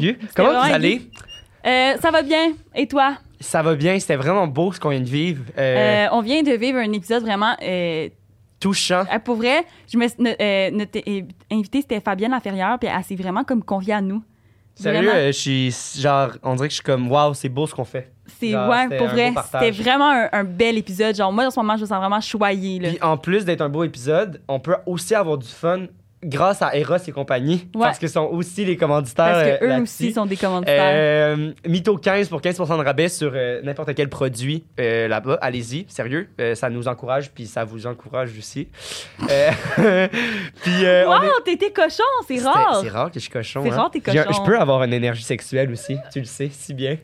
Salut. Comment vous allez? Ça va bien. Et toi? Ça va bien. C'était vraiment beau ce qu'on vient de vivre. On vient de vivre un épisode vraiment touchant. Pour vrai, notre invitée, c'était Fabienne Laferrière, puis elle s'est vraiment comme confiée à nous. Sérieux, je suis genre, on dirait que je suis comme, waouh, c'est beau ce qu'on fait. Pour vrai, c'était vraiment un bel épisode. Genre, moi, en ce moment, je me sens vraiment choyée. Là. Puis en plus d'être un beau épisode, on peut aussi avoir du fun grâce à Eros et compagnie, parce qu'ils sont aussi les commanditaires. Parce qu'eux aussi sont des commanditaires. Mytho 15 pour 15% de rabais sur n'importe quel produit là-bas. Allez-y, sérieux. Ça nous encourage, puis ça vous encourage aussi. Puis, t'étais cochon, c'est rare. C'est rare que je suis cochon. C'est rare, t'es cochon. Je peux avoir une énergie sexuelle aussi, tu le sais si bien.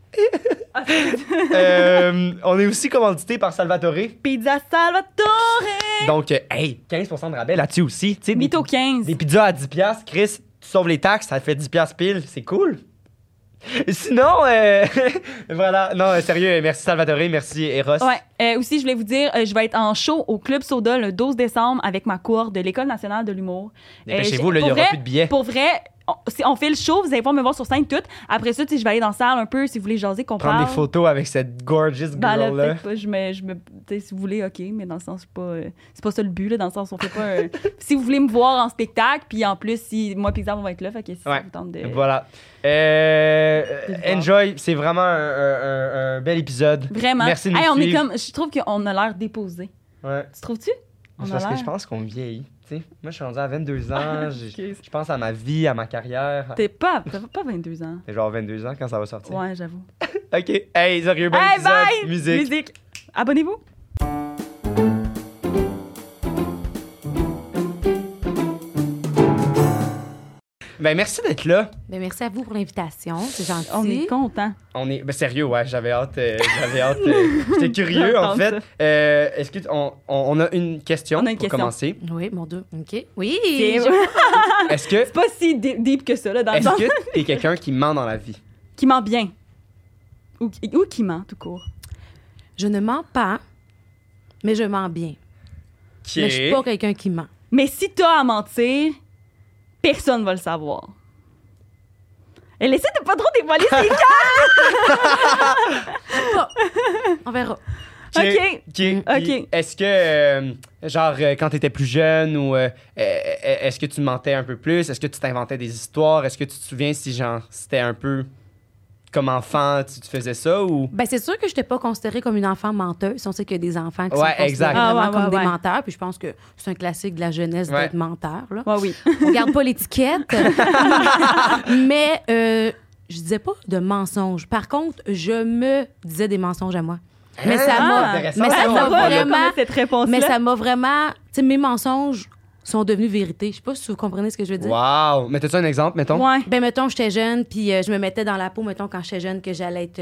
On est aussi commandité par Salvatore. Pizza Salvatore! Donc, 15% de rabais là-dessus aussi. Mytho 15. Des pizzas à 10$. Chris, tu sauves les taxes, ça fait 10$ pile. C'est cool. Sinon, voilà. Non, sérieux, merci Salvatore, merci Eros. Ouais. Aussi, je voulais vous dire, je vais être en show au Club Soda le 12 décembre avec ma cour de l'École nationale de l'humour. Dépêchez-vous, il n'y aura plus de billets. Pour vrai, on fait le show, vous allez pouvoir me voir sur scène toute. Après ça, je vais aller dans la salle un peu si vous voulez jaser, qu'on parle. Prendre des photos avec cette gorgeous girl-là. Peut-être pas, si vous voulez, OK, mais dans le sens, c'est pas ça le but, là, dans le sens, on fait pas si vous voulez me voir en spectacle, puis en plus, si moi et Xav, on va être là, fait que si vous tentez de... Voilà. Enjoy, c'est vraiment un bel épisode. Vraiment. Merci de nous suivre. Je trouve qu'on a l'air déposé. Ouais. Tu trouves-tu? Parce que je pense qu'on vieillit. T'sais, moi, je suis rendu à 22 ans. Je pense à ma vie, à ma carrière. T'as pas 22 ans. T'es genre 22 ans quand ça va sortir. Ouais, j'avoue. OK. Hey, sérieux, bon épisode. Bye! Musique. Abonnez-vous. Ben, merci d'être là. Ben, merci à vous pour l'invitation. C'est gentil. On est contents. Sérieux, ouais, j'avais hâte. J'étais curieux, en fait. Est-ce qu'on a une question pour commencer? Oui, mon Dieu. OK. Oui. Est-ce que... C'est pas si deep que ça, là, dans le sens. Est-ce que t'es quelqu'un qui ment dans la vie? Qui ment bien. Ou qui ment, tout court. Je ne mens pas, mais je mens bien. Mais je suis pas quelqu'un qui ment. Mais si t'as à mentir... Personne va le savoir. Elle essaie de pas trop dévoiler ses cartes! On verra. OK. Est-ce que, quand t'étais plus jeune, ou est-ce que tu mentais un peu plus? Est-ce que tu t'inventais des histoires? Est-ce que tu te souviens si, c'était un peu comme enfant, tu faisais ça? Ou... Ben, c'est sûr que je n'étais pas considérée comme une enfant menteuse. On sait qu'il y a des enfants qui sont exact. considérés vraiment comme des menteurs. Puis je pense que c'est un classique de la jeunesse d'être menteur. Là. Ouais, oui. On garde pas l'étiquette. Mais je disais pas de mensonges. Par contre, je me disais des mensonges à moi. Mais ça m'a vraiment... Tu sais, mes mensonges sont devenus vérité. Je sais pas si vous comprenez ce que je veux dire. Wow! Mettez-tu un exemple, mettons? Ouais. Ben, mettons, j'étais jeune, puis je me mettais dans la peau, mettons, quand j'étais jeune, que j'allais être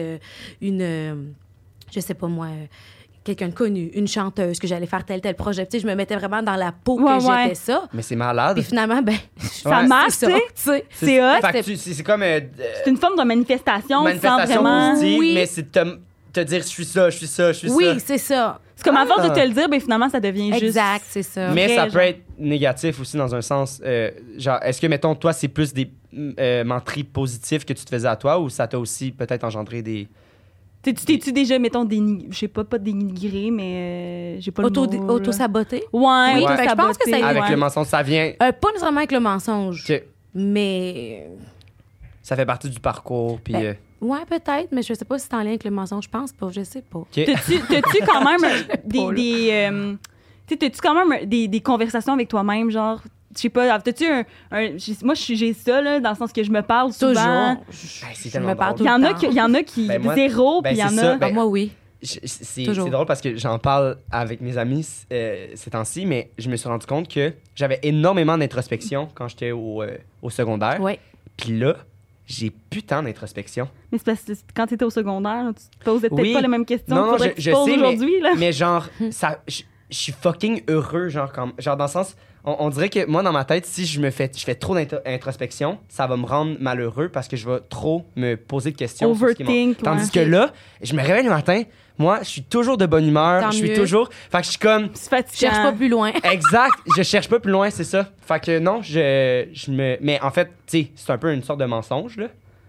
je sais pas moi, quelqu'un de connu, une chanteuse, que j'allais faire tel projet. Tu sais, je me mettais vraiment dans la peau que j'étais ça. Mais c'est malade. Puis finalement, ben, ça marche, tu sais. C'est hot. C'est comme... c'est une forme de manifestation sans vraiment... positive, mais c'est te dire je suis ça. Oui, c'est ça. C'est comme à force de te le dire, ben finalement, ça devient juste... Exact, c'est ça. Mais ça peut être négatif aussi dans un sens. Est-ce que, mettons, toi, c'est plus des menteries positives que tu te faisais à toi ou ça t'a aussi peut-être engendré des... T'es-tu déjà, mettons, je sais pas dénigré, mais j'ai pas le mot. Auto-saboté? Ouais, oui, je pense que ça... Avec le mensonge, ça vient... pas nécessairement avec le mensonge, mais... Ça fait partie du parcours, puis... Ouais, peut-être, mais je sais pas si c'est en lien avec le mensonge. Je pense pas, je sais pas. T'as-tu quand même t'as-tu quand même des conversations avec toi-même, genre... Je sais pas, t'as-tu moi, j'ai ça, là, dans le sens que je me parle souvent. Toujours. C'est tellement me parle drôle. Il y en a qui zéro, puis il y en a... moi, oui. C'est drôle parce que j'en parle avec mes amis ces temps-ci, mais je me suis rendu compte que j'avais énormément d'introspection quand j'étais au secondaire. Ouais. Puis là, j'ai plus tant d'introspection. Mais c'est parce que quand t'étais au secondaire, tu te posais peut-être pas les mêmes questions non, que tu poses aujourd'hui. Mais genre, je suis fucking heureux, genre dans le sens... On dirait que moi, dans ma tête, si je fais trop d'introspection, ça va me rendre malheureux parce que je vais trop me poser de questions. Overthink. Tandis que là, je me réveille le matin, moi, je suis toujours de bonne humeur. Je suis toujours... Fait que je suis comme... Je cherche pas plus loin. Exact. Je cherche pas plus loin, c'est ça. Fait que non, Mais en fait, tu sais, c'est un peu une sorte de mensonge, là.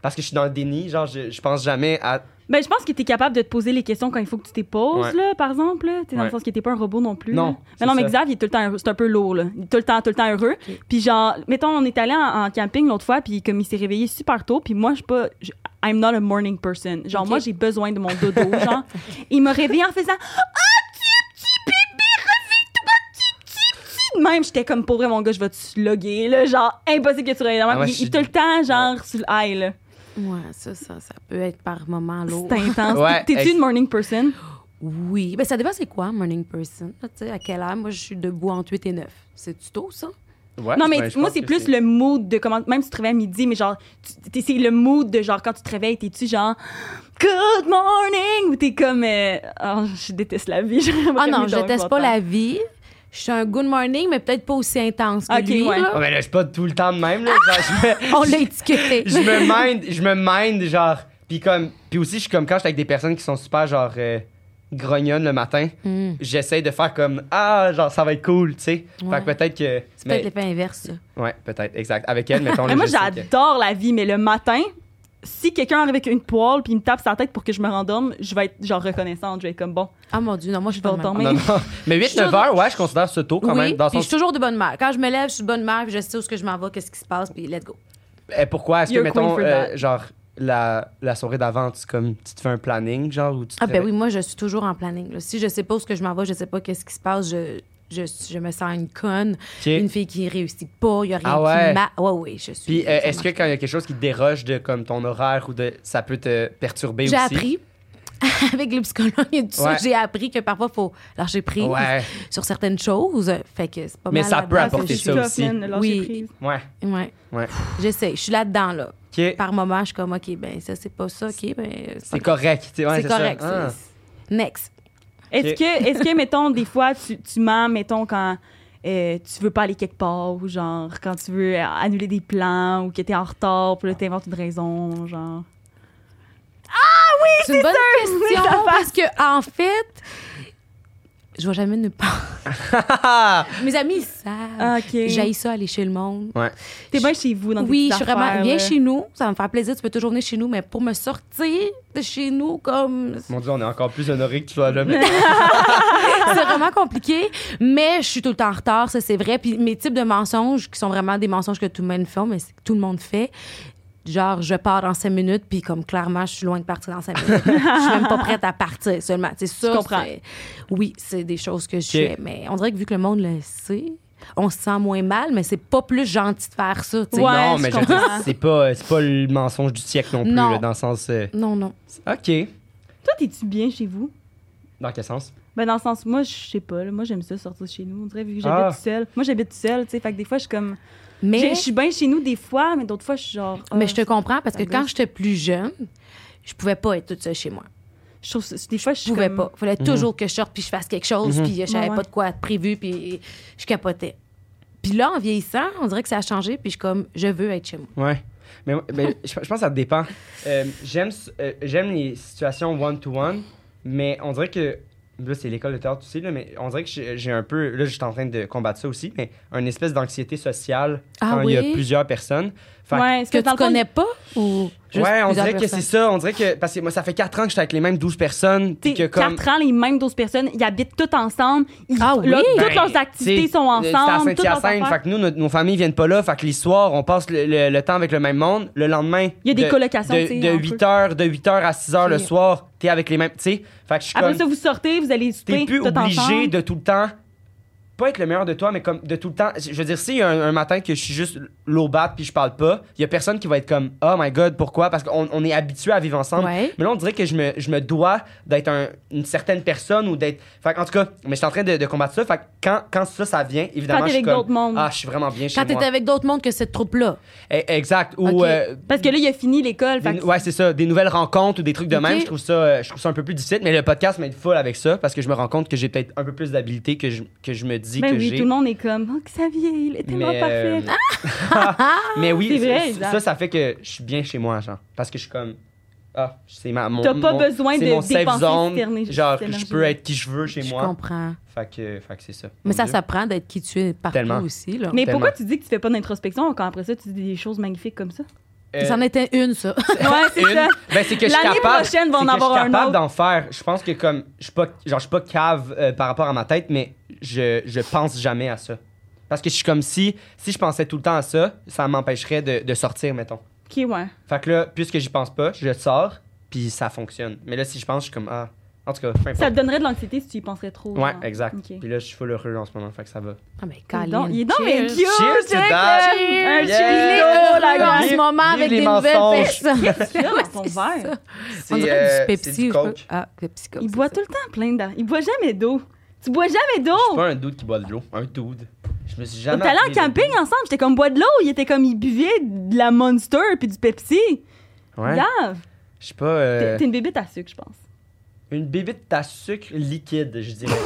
parce que je suis dans le déni, genre, je pense jamais à... Ben, je pense que t'es capable de te poser les questions quand il faut que tu t'y poses, Ouais. là, par exemple. Là. T'es dans Ouais. le sens que t'es pas un robot non plus. Non, là. c'est Mais non, mais ça. Xav, il est tout le temps heureux. C'est un peu lourd, là. Il est tout le temps heureux. Ok. Puis genre, mettons, on est allé en camping l'autre fois, puis comme il s'est réveillé super tôt, puis moi, je suis pas... I'm not a morning person. Genre, Ok. moi, j'ai besoin de mon dodo, genre. Il m'a réveillé en faisant... Même, j'étais comme, pour vrai, mon gars, je vais te loguer, là. Genre, impossible que tu réveilles. Ah, moi, Il est tout le temps, genre, sur le high, là. Ouais, ça peut être par moment lourd. C'est intense. Ouais, T'es-tu une morning person? Oui. Ben, ça dépend c'est quoi, morning person. Tu sais, à quelle heure? Moi, je suis debout entre 8 et 9. C'est-tu tôt, ça? Ouais, Non, mais ben, je moi, pense c'est que plus le mood de comment. Même si tu te réveilles à midi, mais genre, c'est le mood de genre, quand tu te réveilles, t'es-tu genre, good morning? Ou t'es comme, oh, je déteste la vie. Ah non, je déteste pas la vie. Je suis un good morning, mais peut-être pas aussi intense que Ok, lui. ouais. là. Oh, mais là, je suis pas tout le temps de même, là. Genre, On l'a étiqueté. je me mind, genre... Puis aussi, je suis comme quand j'étais avec des personnes qui sont super, genre, grognonnes le matin, j'essaie de faire comme, genre, ça va être cool, tu sais. Ouais. Fait que peut-être que... C'est peut-être l'effet inverse, ça. Ouais, peut-être, exact. Avec elle, mettons... Mais là, moi, je sais que- j'adore la vie, mais le matin, si quelqu'un arrive avec une poêle puis il me tape sa tête pour que je me rendorme, je vais être genre reconnaissante. Je vais être comme, bon, Ah mon Dieu, non, moi, je suis Je vais pas de même. dormir. Non, non. Mais 8-9 heures, ouais, je considère ça tôt quand Oui, même. Dans le puis je sens... suis toujours de bonne humeur. Quand je me lève, je suis de bonne humeur, puis je sais où est-ce que je m'en vais, qu'est-ce qui se passe, puis let's go. Pourquoi? Est-ce que, You're a queen mettons, for that. genre, la soirée d'avant, tu te fais un planning, genre, ou tu te Ah ben réveilles- oui, moi, je suis toujours en planning. Là. Si je sais pas où est-ce que je m'en vais, je sais pas qu'est-ce qui se passe, je me sens une conne, Ok. une fille qui réussit pas, il y a rien Ah ouais? qui Ouais, oui, je suis... Puis ça est-ce que marche. quand il y a quelque chose qui te déroge de comme ton horaire ou de ça peut te perturber J'ai aussi? appris, avec le psychologue et tout ça, Ouais. j'ai appris que parfois, il faut lâcher prise Ouais, sur certaines choses. Fait que c'est pas Mais mal ça là-dedans peut que apporter je ça suis. aussi. Oui. ouais, Ouais. ouais. J'essaie. Je suis là-dedans, là. OK, Par moment, je suis comme, OK, ben ça, c'est pas ça. OK, ben c'est correct. tu sais, ouais, c'est correct. ça. Ah. Next. Ok. Est-ce que, mettons, des fois, tu mens, mettons, quand tu veux pas aller quelque part, ou genre, quand tu veux annuler des plans, ou que t'es en retard, puis là, t'inventes une raison, genre. C'est une bonne Oui, question ça parce que, en fait, je vais jamais nulle part. Mes amis, ils savent. Ah, OK. J'haïs ça aller chez le monde. Ouais. T'es bien chez vous, dans tes Oui, je petites suis vraiment. affaires, Viens là. chez nous, ça va me faire plaisir. Tu peux toujours venir chez nous, mais pour me sortir de chez nous, comme. Mon Dieu, on est encore plus honoré que tu sois là. Mais... C'est vraiment compliqué, mais je suis tout le temps en retard, ça c'est vrai. Puis mes types de mensonges, qui sont vraiment des mensonges que tout le monde fait, mais que tout le monde fait, genre je pars dans 5 minutes, puis comme clairement je suis loin de partir dans 5 minutes. Je suis même pas prête à partir seulement. C'est ça. Je comprends. Oui, c'est des choses que je Ok. fais, mais on dirait que vu que le monde le sait, on se sent moins mal, mais c'est pas plus gentil de faire ça. tu sais. Ouais, non, je mais je veux dire, comprends. c'est pas le mensonge du siècle non plus, Non. là, dans le sens... Non, non. OK. Toi, t'es-tu bien chez vous? Dans quel sens? Ben, dans le sens, moi, je sais pas, là, moi, j'aime ça sortir de chez nous. On dirait, vu que Ah. j'habite seule. Moi, j'habite seule, tu sais, fait que des fois, je suis comme. Mais, Je suis bien chez nous des fois, mais d'autres fois, je suis genre. mais ah, je te comprends parce que ça quand gosse. j'étais plus jeune, je pouvais pas être toute seule chez moi. Je trouve des fois, je Je suis pouvais comme- pas. Il fallait toujours que je sorte puis je fasse quelque chose, puis je savais Ouais, pas de quoi être prévu, puis je capotais. Puis là, en vieillissant, on dirait que ça a changé, puis je suis comme, je veux être chez moi. Ouais. Mais je pense que ça dépend. J'aime les situations one-to-one, mais on dirait que. Là, c'est l'école de théâtre aussi, là, mais on dirait que j'ai un peu. Là, je suis en train de combattre ça aussi, mais une espèce d'anxiété sociale Ah quand il y a oui? plusieurs personnes. Fait que- Ouais, est-ce Que dans tu le fond, connais pas ou juste ouais, on plusieurs dirait que personnes? c'est ça. On dirait que. Parce que moi, ça fait 4 ans que je suis avec les mêmes 12 personnes. Puis que t'sais, comme. 4 ans, les mêmes 12 personnes, ils habitent toutes ensemble. Ah oui? Toutes Ben, leurs activités t'sais, sont c'est à ensemble. toutes leurs Saint-Hyacinthe. affaires. Fait que nous, nos familles viennent pas là. Fait que les soirs, on passe le temps avec le même monde. Le lendemain. Il y a des colocations, t'sais, De entre 8h à 6h le Ok. soir, t'es avec les mêmes. Tu sais. Fait que je suis Après comme. ça, vous sortez, vous allez souper. T'es plus tout obligé ensemble. de tout le temps. Pas être le meilleur de toi, mais comme de tout le temps. Je veux dire, s'il y a un matin que je suis juste low bat puis je parle pas, il y a personne qui va être comme oh my god, pourquoi? Parce qu'on est habitué à vivre ensemble. Ouais. Mais là, on dirait que je me dois d'être une certaine personne ou d'être. Fait que, en tout cas, mais je suis en train de combattre ça. Fait que quand ça vient, évidemment, Quand t'es je suis avec comme. d'autres mondes. Ah, je suis vraiment bien chez Quand moi. t'es avec d'autres mondes que cette troupe-là. Exact. Ou. Ok. Parce que là, il a fini l'école. fait que- Ouais, c'est ça. Des nouvelles rencontres ou des trucs de Ok. même. Je trouve ça un peu plus difficile. Mais le podcast m'aide full avec ça parce que je me rends compte que j'ai peut-être un peu plus d'habilité que je me dis Ben que oui, j'ai. tout le monde est comme, oh, Xavier, il est tellement Mais, parfait. mais oui, C'est vrai, ça fait que je suis bien chez moi, genre. Parce que je suis comme. Ah, c'est mon. T'as pas besoin c'est de mon safe dépenser zone. cette énergie- Genre, cette je énergie. peux être qui je veux chez Je moi. comprends. Fait que c'est ça. Mais Mon ça Dieu. s'apprend d'être qui tu es partout Tellement. aussi. Là. Mais Tellement. pourquoi tu dis que tu fais pas d'introspection quand après ça, tu dis des choses magnifiques comme ça? C'en était une, ça. Ouais, c'est ça. Ben, c'est que je suis L'année capable. prochaine, va en c'est que avoir je un suis capable autre. d'en faire. Je pense que comme je suis pas cave par rapport à ma tête, mais je pense jamais à ça. Parce que je suis comme si je pensais tout le temps à ça, ça m'empêcherait de sortir, mettons. OK, ouais. Fait que là, puisque j'y pense pas, je sors, puis ça fonctionne. Mais là, si je pense, je suis comme en tout cas, peu importe. Ça te donnerait de l'anxiété si tu y penserais trop. Ouais, genre. exact. OK. Puis là, je suis full heureux en ce moment, fait que ça va. Ah, mais Il est donc mais cute! Cheers to check, that. Un Yeah. cheers, la en gueule. ce moment Vive avec les des nouvelles mensonges. personnes. Qu'est-ce qu'il y a dans son verre? On dirait du Pepsi. c'est du je sais pas. Coke. Ah, Pepsi Coke. Il c'est boit ça. tout le temps plein d'eau. Il boit jamais d'eau. Tu bois jamais d'eau! Je suis pas un dude qui boit de l'eau, un dude. Je me suis On jamais. était allé en appelé de camping dude. ensemble, j'étais comme bois de l'eau, il buvait de la Monster puis du Pepsi. Ouais. Grave. Je suis pas. T'es une bébête à sucre, je pense. Une bébite à sucre liquide, je dirais.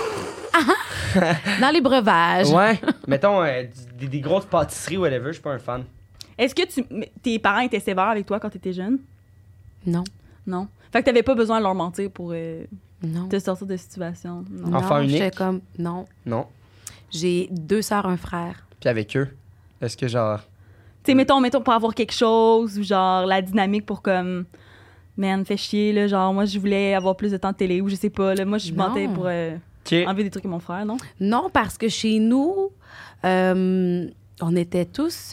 Dans les breuvages. Ouais. Mettons des grosses pâtisseries, whatever, je suis pas un fan. Est-ce que tes parents étaient sévères avec toi quand t'étais jeune? Non. Non. Fait que t'avais pas besoin de leur mentir pour Non. te sortir de situation. Non. Non, Enfant unique? j'étais comme, non. Non. J'ai 2 sœurs, un frère. Puis avec eux, est-ce que genre. Tu sais, mettons, pour avoir quelque chose ou genre la dynamique pour comme. Man, fait chier, là. Genre, moi, je voulais avoir plus de temps de télé ou je sais pas, là. Moi, je Non. mentais pour Ok. enlever des trucs à mon frère, non? Non, parce que chez nous, on était tous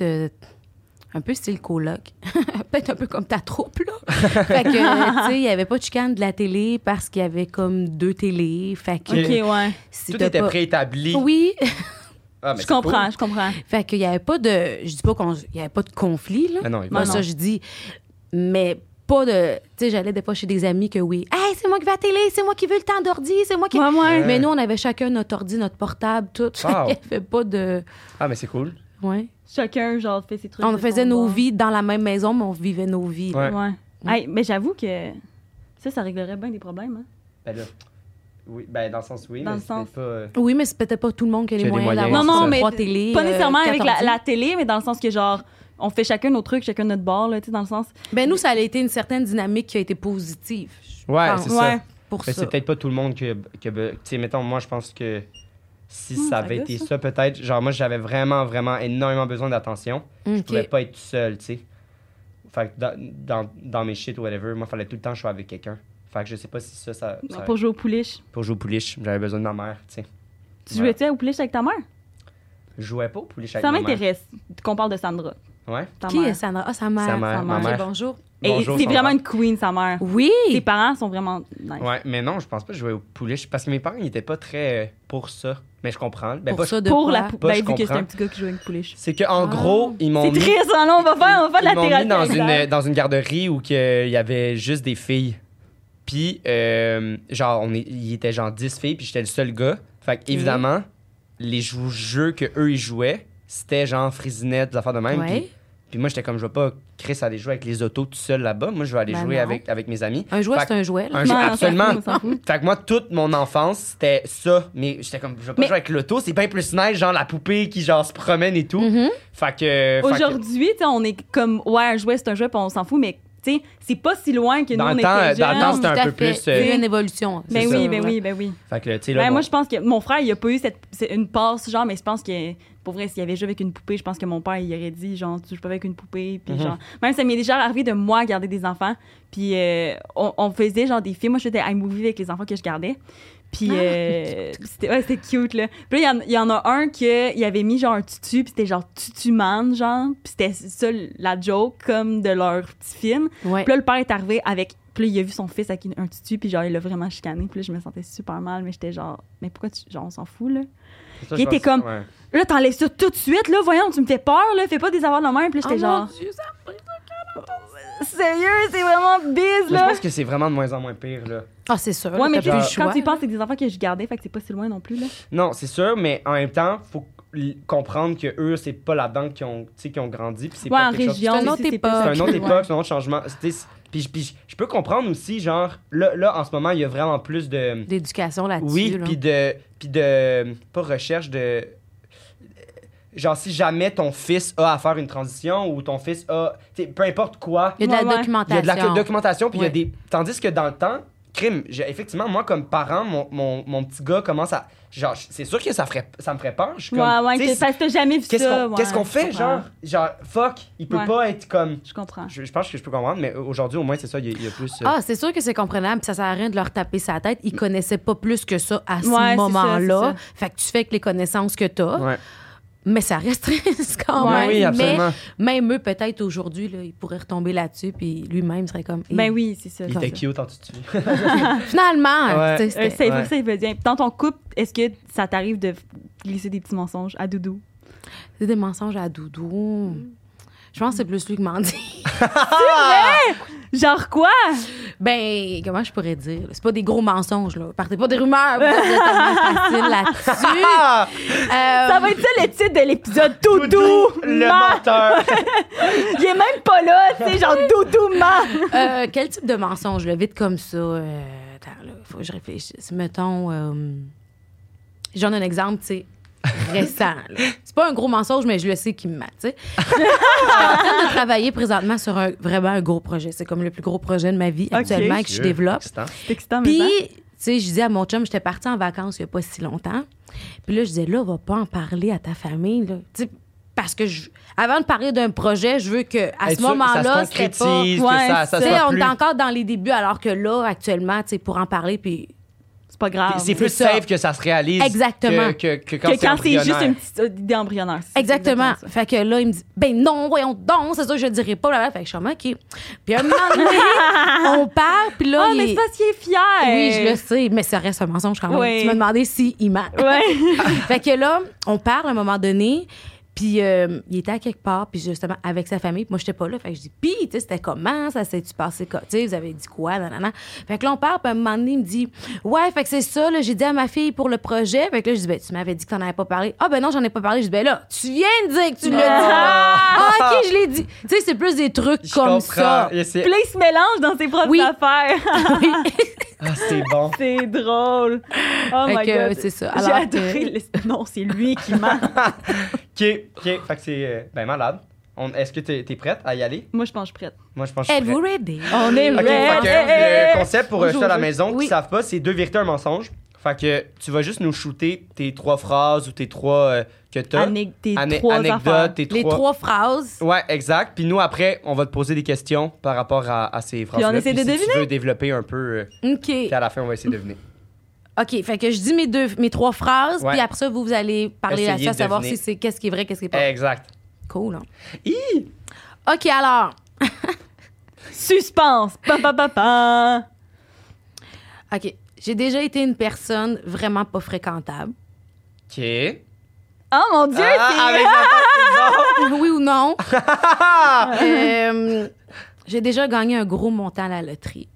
un peu style coloc. Peut-être un peu comme ta troupe, là. Fait que, tu sais, il n'y avait pas de chicane de la télé parce qu'il y avait comme 2 télés. Fait que. OK, ouais. si Tout t'as était pas- préétabli. Oui. Ah, mais Je c'est comprends, cool. je comprends. Fait qu'il n'y avait pas de. Je dis pas qu'il n'y avait pas de conflit, là. Mais non, Pas évidemment. ça, je dis. Mais pas de. Tu sais, j'allais des fois chez des amis que oui. Hey, c'est moi qui vais à la télé, c'est moi qui veux le temps d'ordi, c'est moi qui. Ouais, ouais. Mais nous, on avait chacun notre ordi, notre portable, tout. Fait Wow. qu'il n'y avait pas de. Ah, mais c'est cool. Ouais. Chacun, genre, fait ses trucs. On de faisait son nos bord. vies dans la même maison, mais on vivait nos vies. là. Ouais. Ouais. Hey, mais j'avoue que ça réglerait bien des problèmes, hein. Ben là. Oui, ben dans le sens oui, Dans mais le c'est sens. peut-être pas. Oui, mais c'est peut-être pas tout le monde qui a les Qui a les moyens moyens, d'avoir Non, non, mais 3 télés. Pas nécessairement avec 14 la télé, mais dans le sens que, genre, on fait chacun nos trucs, chacun notre bord, là, tu sais, dans le sens. Ben nous, ça a été une certaine dynamique qui a été positive. je Ouais, pense, c'est Ouais. ça. Pour Mais ça. c'est peut-être pas tout le monde que tu sais, mettons, moi, je pense que si ça ça avait gosse, été ça. ça, peut-être, genre, moi, j'avais vraiment énormément besoin d'attention. Je Ok. pouvais pas être tout seul, tu sais. Fait que dans mes shit ou whatever, moi, fallait tout le temps que je sois avec quelqu'un. Fait que je sais pas si ça Non, pour jouer au pouliche. pour jouer au pouliche, j'avais besoin de ma mère, tu sais. Tu Ouais. jouais-tu au pouliche avec ta mère? Je jouais pas au pouliche avec Ça ma mère. m'intéresse qu'on parle de Sandra. Ouais. Ta Qui mère. est Sandra? Ah, sa mère. Sa mère, ma Ok, mère. bonjour. Et Bonjour, c'est Sandra. vraiment une queen, sa mère. Oui! Ses parents sont vraiment nice. Ouais, mais non, je pense pas que je jouais au pouliche parce que mes parents, ils étaient pas très pour ça. Mais je comprends. Ben, Pour pas- ça, de Pour quoi? la Pas, ben, je vu que c'est comprends. un petit gars qui joue avec pouliche. C'est qu'en gros, ils m'ont C'est mis. triste, hein, là, on va faire de Ils la m'ont mis thérapie. dans avec ça. une garderie où il y avait juste des filles. Puis, genre, il était genre 10 filles, puis j'étais le seul gars. Fait que, évidemment, les jeux qu'eux, ils jouaient, c'était genre frisinette, des affaires de même. Ouais. Puis moi, j'étais comme, je vais pas, Chris, aller jouer avec les autos tout seul là-bas. Moi, je vais aller Ben jouer non. avec mes amis. Un jouet, Fait c'est un jouet. là. Un jeu, Non, on s'en absolument. fout, on s'en fout. Fait que moi, toute mon enfance, c'était ça. Mais j'étais comme, je vais pas Mais- jouer avec l'auto. C'est bien plus nice, genre la poupée qui, genre, se promène et tout. Mhm. Fait que. Aujourd'hui, tu sais, on est comme, ouais, un jouet, c'est un jouet, puis on s'en fout, mais tu sais, c'est pas si loin que nous, Dans on le était temps, dans le jeunes. temps, c'était un Tout à peu fait. plus, C'est une évolution. Ben c'est oui, ça, ben ouais. oui, ben oui. Fait que, tu sais, là. Ben, bon. moi, je pense que mon frère, il a pas eu une passe, genre, mais je pense que, pour vrai, s'il avait joué avec une poupée, je pense que mon père, il aurait dit, genre, tu joues pas avec une poupée, puis Mhm. genre, même ça m'est déjà arrivé de moi garder des enfants, puis on faisait, genre, des films. Moi, je faisais iMovie avec les enfants que je gardais. Puis c'était cute, là. Puis là, il y en a un il avait mis, genre, un tutu, puis c'était genre tutu-man, genre, puis c'était ça, la joke, comme de leur petit film. Ouais. Puis là, le père est arrivé avec. Puis là, il a vu son fils avec un tutu, puis genre, il l'a vraiment chicané. Puis là, je me sentais super mal, mais j'étais genre, mais pourquoi genre, on s'en fout, là? Ça, il je était pense- comme- ouais. Là, t'enlèves ça tout de suite, là, voyons, tu me fais peur, là, fais pas des affaires de même. Puis là, Oh j'étais genre, mon Dieu, ça a pris ça. sérieux, c'est vraiment biz, Mais je là. pense que c'est vraiment de moins en moins pire, là. Ah, c'est sûr. Ouais, mais t'as plus le genre- choix. quand tu y penses, c'est des enfants que je gardais, fait que c'est pas si loin non plus, là. Non, c'est sûr, mais en même temps, faut comprendre que eux, c'est pas là-dedans qu'ils ont grandi. Puis c'est Ouais, pas en quelque chose- région. C'est une aussi, autre c'est époque. pas- C'est un autre Ouais. époque, c'est un autre changement. Puis je peux comprendre aussi, genre, là, en ce moment, il y a vraiment plus de. D'éducation là-dessus. Oui, là. puis de. Pas recherche de. Genre, si jamais ton fils a à faire une transition ou ton fils a. Peu importe quoi, Il y a de la Ouais, ouais. il y a documentation. de la documentation, puis il y a Ouais. des. Tandis que dans le temps, crime, effectivement, moi, comme parent, mon petit gars commence à... Genre, c'est sûr que ça me ferait peur. Je suis comme, ouais, parce que t'as jamais vu ça. Qu'est-ce qu'on fait, genre, fuck, il peut pas être comme... Je comprends. Je pense que je peux comprendre, mais aujourd'hui, au moins, c'est ça, il y a plus... Ah, c'est sûr que c'est comprenable, puis ça sert à rien de leur taper sa tête. Ils connaissaient pas plus que ça à ce moment-là. Fait que tu fais avec les connaissances que t'as. Ouais. Mais ça reste triste quand même. Oui, absolument. Mais même eux, peut-être aujourd'hui, là, ils pourraient retomber là-dessus, puis lui-même serait comme... Ben oui, c'est ça. Il était cute en dessous. Finalement, ouais. Ça veut dire. Dans ton couple, est-ce que ça t'arrive de glisser des petits mensonges à Doudou? C'est des mensonges à Doudou. Je pense que c'est plus lui qui m'en dit. C'est vrai? Genre quoi? Ben, comment je pourrais dire? C'est pas des gros mensonges, là. Partez pas des rumeurs. Vous êtes tellement facile là-dessus. Ça va être ça le titre de l'épisode. Doudou, le menteur. Il est même pas là, tu sais, genre Doudou ment. Quel type de mensonge, là, vite comme ça? Attends, là, faut que je réfléchisse. Mettons, j'en ai un exemple, tu sais, récent. Là. C'est pas un gros mensonge, mais je le sais qu'il me ment, tu sais. Je suis en train de travailler présentement sur vraiment un gros projet. C'est comme le plus gros projet de ma vie actuellement que je développe. C'est excitant, Puis, tu sais, je disais à mon chum, j'étais partie en vacances il y a pas si longtemps. Puis là, je disais, là, va pas en parler à ta famille, là. Tu sais, parce que avant de parler d'un projet, je veux que à ce moment-là, c'était pas... Tu sais, on est encore dans les débuts, alors que là, actuellement, tu sais, pour en parler, puis... C'est pas grave. C'est plus safe que ça se réalise. Exactement. Que quand c'est juste une petite idée embryonnaire. Exactement. Fait que là, il me dit, ben non, voyons donc, c'est ça que je dirais pas. Fait que je suis comme, OK. Puis un moment donné, on part, puis là. Mais c'est parce qu'il est fier. Oui, je le sais, mais ça reste un mensonge quand même. Oui. Tu m'as demandé s'il ment. Ouais. Fait que là, on parle à un moment donné. Puis il était à quelque part, puis justement, avec sa famille. Puis moi, j'étais pas là. Fait que je dis, puis, tu sais, c'était comment? Ça s'est-tu passé? Tu sais, vous avez dit quoi? Nanana. Fait que là, on parle, puis à un moment donné, il me dit, ouais, fait que c'est ça, là, j'ai dit à ma fille pour le projet. Fait que là, je dis, ben, tu m'avais dit que t'en avais pas parlé. Ah, ben non, j'en ai pas parlé. Je dis, ben là, tu viens de dire que tu l'as dit. Ah, OK, je l'ai dit. Tu sais, c'est plus des trucs comme ça. Puis là, il se mélange dans ses propres affaires. Oui. Ah, c'est bon. C'est drôle. Oh my God. C'est ça. J'ai adoré. Non, c'est lui qui ment. OK. Fait que c'est malade. Est-ce que t'es prête à y aller? Moi, je pense que je suis prête. Moi, je pense que je suis Êtes-vous prête. ready? On est OK, ready. fait que le concept pour ceux à la maison qui Oui. savent pas, c'est 2 vérités, un mensonge. Fait que tu vas juste nous shooter tes 3 phrases ou tes 3 que t'as. Tes 3 affaires. Anecdotes, tes 3... Les 3 phrases. Ouais, exact. Puis nous, après, on va te poser des questions par rapport à ces phrases. Puis on essaie de si deviner. tu veux développer un peu, OK. puis à la fin, on va essayer de deviner. OK, fait que je dis mes 3 phrases, Ouais. puis après ça, vous allez parler Essayer là-dessus, à de savoir deviner. si c'est qu'est-ce qui est vrai, qu'est-ce qui est pas. Exact. Cool, hein? Hi! OK, alors. Suspense. Pa, pa, pa, pa. OK. J'ai déjà été une personne vraiment pas fréquentable. OK. Oh mon Dieu, avec Oui ou non? J'ai déjà gagné un gros montant à la loterie.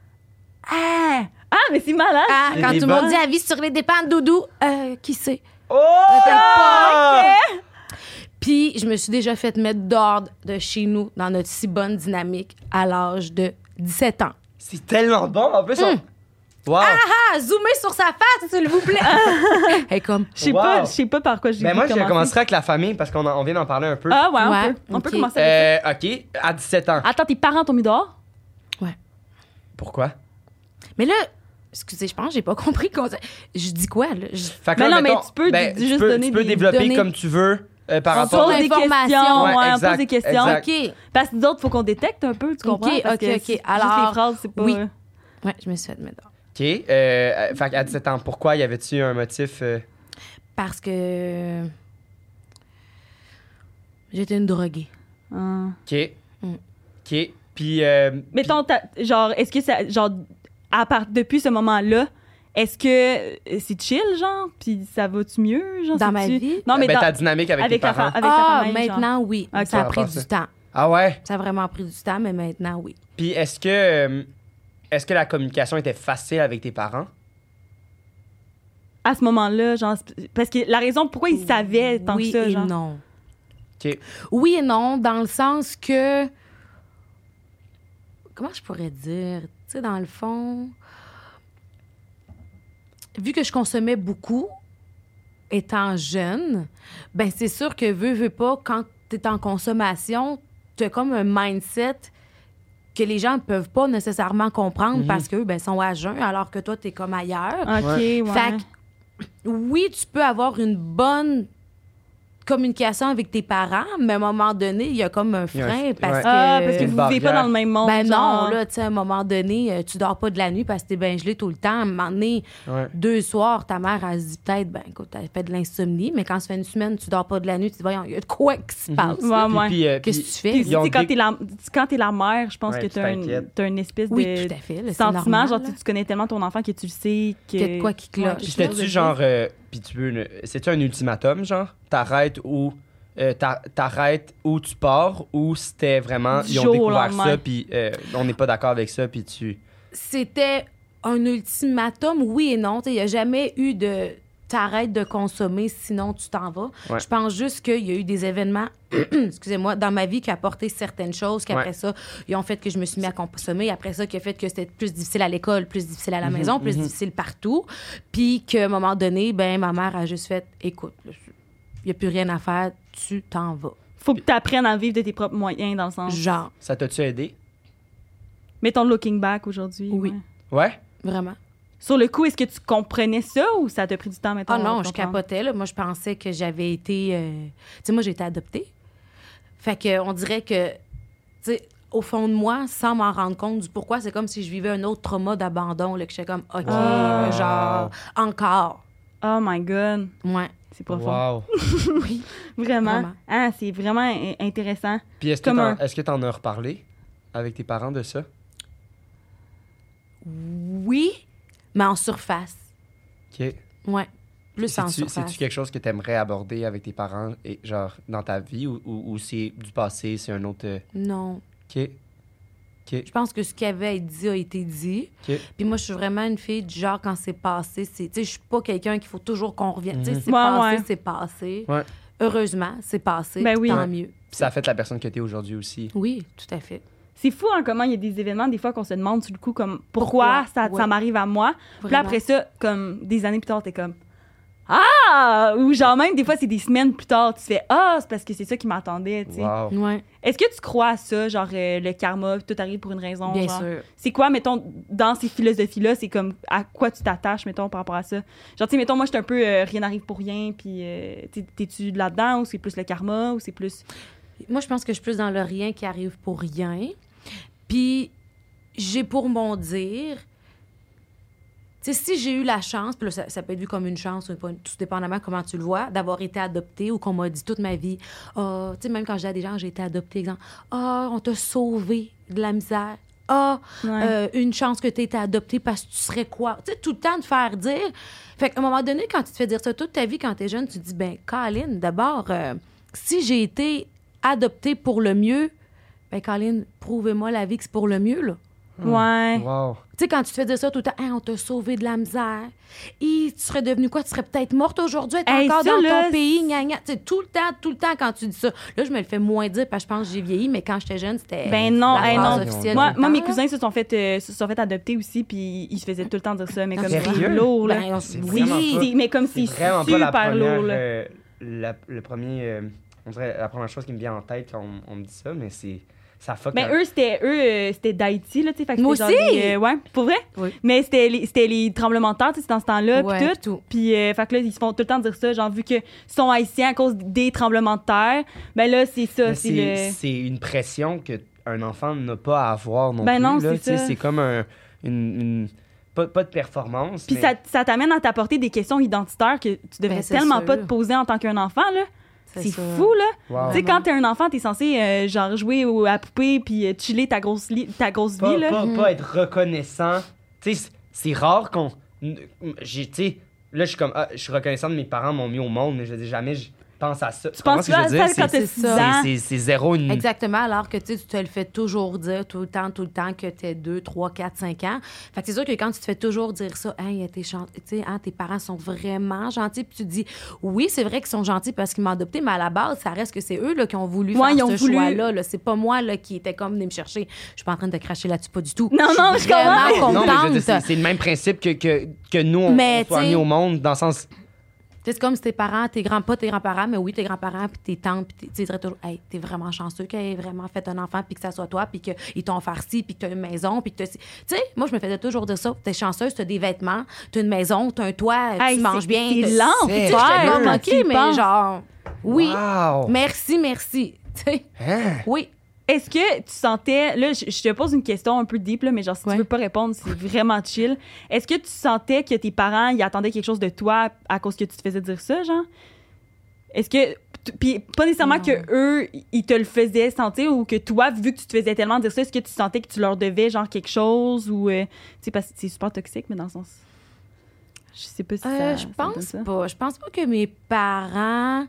mais c'est malade. C'est Quand des tout le monde bonnes. dit avis sur les dépenses, Doudou, qui sait? Oh! Peut-être pas. Puis, je me suis déjà fait mettre dehors de chez nous dans notre si bonne dynamique à l'âge de 17 ans. C'est tellement bon. En plus, Wow! Ah, zoomez sur sa face, s'il vous plaît! Elle est comme... Je sais Wow. pas, je sais pas par quoi j'ai Ben moi, je commencer. commencerai avec la famille parce qu'on vient d'en parler un peu. Ah ouais, Ouais, on peut ok. commencer avec OK, à 17 ans. ça. Attends, tes parents t'ont mis dehors? Pourquoi? Mais là, excusez, je pense que j'ai pas compris. Je dis quoi, là? Fait que Ben là, non, mais mettons, tu peux juste donner tu peux des développer données. comme tu veux par On rapport pose des l'information. questions, Ouais, on exact, pose des questions. exact. OK. Parce que d'autres, faut qu'on détecte un peu, tu comprends? Ok, Parce ok, que ok. juste Alors, les phrases, c'est pas... oui. Ouais, je me suis fait mettre dehors. OK. Fait qu'à 17 ans, pourquoi? Y avait-tu un motif? Parce que... J'étais une droguée. Ah. OK. Mm. OK. Puis... Mettons, genre, est-ce que ça... Genre, depuis ce moment-là, est-ce que c'est chill, genre? Puis ça va-tu mieux, genre? Dans ma c'est-tu- vie? Non, mais ben, dans- ta dynamique avec tes parents. avec ta famille, maintenant, oui. Ok. Ça a Par pris rapport à du temps. Ah ouais? Ça a vraiment pris du temps, mais maintenant, oui. Puis est-ce que la communication était facile avec tes parents? À ce moment-là, genre... Parce que la raison pourquoi ils savaient tant oui que ça, et genre... non. OK. Oui et non, dans le sens que... Comment je pourrais dire? Tu sais, dans le fond... Vu que je consommais beaucoup, étant jeune, ben c'est sûr que veux pas, quand t'es en consommation, t'as comme un mindset que les gens peuvent pas nécessairement comprendre parce qu'eux, ben, sont à jeun, alors que toi, t'es comme ailleurs. OK, ouais. Fait que, oui, tu peux avoir une bonne communication avec tes parents, mais à un moment donné, il y a comme un frein parce que que... vous vivez pas dans le même monde. Ben genre. non, là, tu sais, à un moment donné, tu dors pas de la nuit parce que t'es bien gelé tout le temps. À un moment donné, 2 soirs, ta mère, elle se dit peut-être, ben écoute, t'as fait de l'insomnie, mais quand ça fait une semaine, tu dors pas de la nuit, tu te dis, voyons, il y a de quoi qui se passe. Ouais. Qu'est-ce que tu fais? Puis, tu sais, quand t'es la mère, je pense que t'as une espèce Oui, de tout à fait, là, c'est sentiment, normal, genre, là. tu connais tellement ton enfant que tu le sais que... Qu'il y a de quoi qui cloche. Puis c'était-tu genre... puis tu veux... C'est-tu un ultimatum, genre? T'arrêtes ou tu pars, ou c'était vraiment... Du Ils ont jour au découvert lendemain. ça, puis on n'est pas d'accord avec ça, puis tu... C'était un ultimatum, oui et non. Il n'y a jamais eu de t'arrêtes de consommer, sinon tu t'en vas. Ouais. Je pense juste qu'il y a eu des événements, excusez-moi, dans ma vie qui a apporté certaines choses, qu'après ça, ils ont fait que je me suis mis à consommer. Après ça, qui a fait que c'était plus difficile à l'école, plus difficile à la maison, plus difficile partout. Puis qu'à un moment donné, ben ma mère a juste fait, écoute, il n'y a plus rien à faire, tu t'en vas. Faut que tu apprennes à vivre de tes propres moyens, dans le sens... Genre, Ça t'a-tu aidé? Mettons looking back aujourd'hui. Oui. Ouais? vraiment. Sur le coup, est-ce que tu comprenais ça ou ça t'a pris du temps, mettons? Ah non, à je comprendre? capotais. Là. Moi, je pensais que j'avais été... Tu sais, moi, j'ai été adoptée. Fait qu'on dirait que, tu sais, au fond de moi, sans m'en rendre compte du pourquoi, c'est comme si je vivais un autre trauma d'abandon, là, que j'étais comme, OK, genre, encore. Oh my God. Ouais. C'est profond. Wow. Oui. Vraiment. Vraiment. Ah, c'est vraiment intéressant. Puis est-ce Comme que t'en as reparlé avec tes parents de ça? Oui, mais en surface. OK. Ouais. Plus en surface. C'est-tu quelque chose que t'aimerais aborder avec tes parents, et, genre, dans ta vie, ou c'est du passé, c'est un autre... Non. OK. OK. Je pense que ce qui avait à être dit a été dit. OK. Puis moi, je suis vraiment une fille du genre, quand c'est passé, c'est... Tu sais, je suis pas quelqu'un qu'il faut toujours qu'on revienne. Tu sais, c'est passé, ouais. c'est passé. Ouais. Heureusement, c'est passé. Ben oui. Tant Ouais. mieux. Puis ça a fait la personne que t'es aujourd'hui aussi. Oui, tout à fait. C'est fou, hein, comment il y a des événements, des fois, qu'on se demande, sur le coup, comme, pourquoi ça Ouais. m'arrive à moi. Puis là, Vraiment. après ça, comme, des années plus tard, t'es comme, ah! Ou genre, même, des fois, c'est des semaines plus tard, tu fais, ah, c'est parce que c'est ça qui m'attendait, tu sais. Wow. Ouais, Est-ce que tu crois à ça, genre, le karma, tout arrive pour une raison? bien genre? sûr. C'est quoi, mettons, dans ces philosophies-là, c'est comme, à quoi tu t'attaches, mettons, par rapport à ça? Genre, tu sais, mettons, moi, je suis un peu rien n'arrive pour rien, puis t'es-tu là-dedans, ou c'est plus le karma, ou c'est plus... Moi, je pense que je suis plus dans le rien qui arrive pour rien. Puis, j'ai pour mon dire... Tu sais, si j'ai eu la chance, puis là, ça peut être vu comme une chance, ou pas, tout dépendamment comment tu le vois, d'avoir été adoptée ou qu'on m'a dit toute ma vie, tu sais, même quand je dis à des gens, j'ai été adoptée, exemple, on t'a sauvé de la misère. Une chance que tu aies été adoptée parce que tu serais quoi? Tu sais, tout le temps de faire dire. Fait qu'à un moment donné, quand tu te fais dire ça toute ta vie, quand tu es jeune, tu te dis, ben, Colin, d'abord, si j'ai été adoptée pour le mieux, ben, Colin, prouvez-moi la vie que c'est pour le mieux, là. Ouais. Wow. Tu sais, quand tu te fais dire ça tout le temps, on t'a sauvé de la misère. Et tu serais devenue quoi? Tu serais peut-être morte aujourd'hui, être encore ça, dans là, ton pays, gna, gna. Tu sais, tout le temps, quand tu dis ça. Là, je me le fais moins dire parce que je pense que j'ai vieilli, mais quand j'étais jeune, c'était. Ben non, la phrase non. officielle Moi, tout le temps, mes là. cousins se sont fait adopter aussi, puis ils se faisaient tout le temps dire ça, mais Ah, comme sérieux? c'est lourd, là. Ben, C'est oui. vraiment pas- Mais comme C'est c'est vraiment pas la super première, lourd, là. le premier... on dirait la première chose qui me vient en tête quand on me dit ça, mais c'est... Ça fuck... Ben, eux, c'était d'Haïti, là, tu sais. fait que Moi c'était genre aussi! des, ouais, pour vrai? Oui. Mais c'était les tremblements de terre, tu sais, c'est dans ce temps-là, Ouais, puis puis tout. tout. Puis, fait que là, ils se font tout le temps dire ça, genre, vu qu'ils sont haïtiens à cause des tremblements de terre, ben là, c'est ça, Mais c'est le... c'est une pression qu'un enfant n'a pas à avoir non Ben plus. non, là, c'est tu sais, ça. C'est comme pas de performance, Puis mais... ça t'amène à t'apporter des questions identitaires que tu devrais Ben, c'est tellement sûr. pas te poser en tant qu'un enfant, là. C'est ça. fou, là. Wow. Tu sais, quand t'es un enfant, t'es censé, genre, jouer à la poupée puis chiller ta grosse vie, là. Pas être reconnaissant. Tu sais, c'est rare qu'on... Tu sais, là, je suis comme... je suis reconnaissant de mes parents m'ont mis au monde, mais je dis jamais... Je pense à ça. Tu penses pas à ça quand t'as 6 ans? C'est zéro une... Exactement, alors que tu te le fais toujours dire tout le temps que t'es 2, 3, 4, 5 ans. Fait que c'est sûr que quand tu te fais toujours dire ça, hey, tes parents sont vraiment gentils, puis tu te dis, oui, c'est vrai qu'ils sont gentils parce qu'ils m'ont adopté, mais à la base, ça reste que c'est eux là, qui ont voulu Ouais, ils faire ont ce voulu. choix-là. Là. C'est pas moi là, qui était comme venir me chercher. Je suis pas en train de cracher là-dessus, pas du tout. Non, non, je suis vraiment comprends. Non, mais je veux contente. dire, c'est le même principe que nous, on Mais, soit t'sais- mis au monde, dans le sens... C'est comme si tes parents, pas tes grands-parents, mais oui, tes grands-parents, puis tes tantes, puis tu dirais toujours, hey, t'es vraiment chanceux qu'elle ait vraiment fait un enfant, puis que ça soit toi, puis qu'ils t'ont farci, puis que t'as une maison, puis que tu sais, moi, je me faisais toujours dire ça. T'es chanceuse, t'as des vêtements, t'as une maison, t'as un toit, tu manges bien. C'est lent, j'étais comme, OK, mais genre, oui, Wow. merci. Tu sais, oui. Est-ce que tu sentais, là, je te pose une question un peu deep, là, mais genre, si tu veux pas répondre, c'est vraiment chill. Est-ce que tu sentais que tes parents, ils attendaient quelque chose de toi à cause que tu te faisais dire ça, genre? Est-ce que, puis pas nécessairement que eux, ils te le faisaient sentir ou que toi, vu que tu te faisais tellement dire ça, est-ce que tu sentais que tu leur devais, genre, quelque chose ou, tu sais, parce que c'est super toxique, mais dans le sens, je sais pas si ça... Je pense pas. Je pense pas que mes parents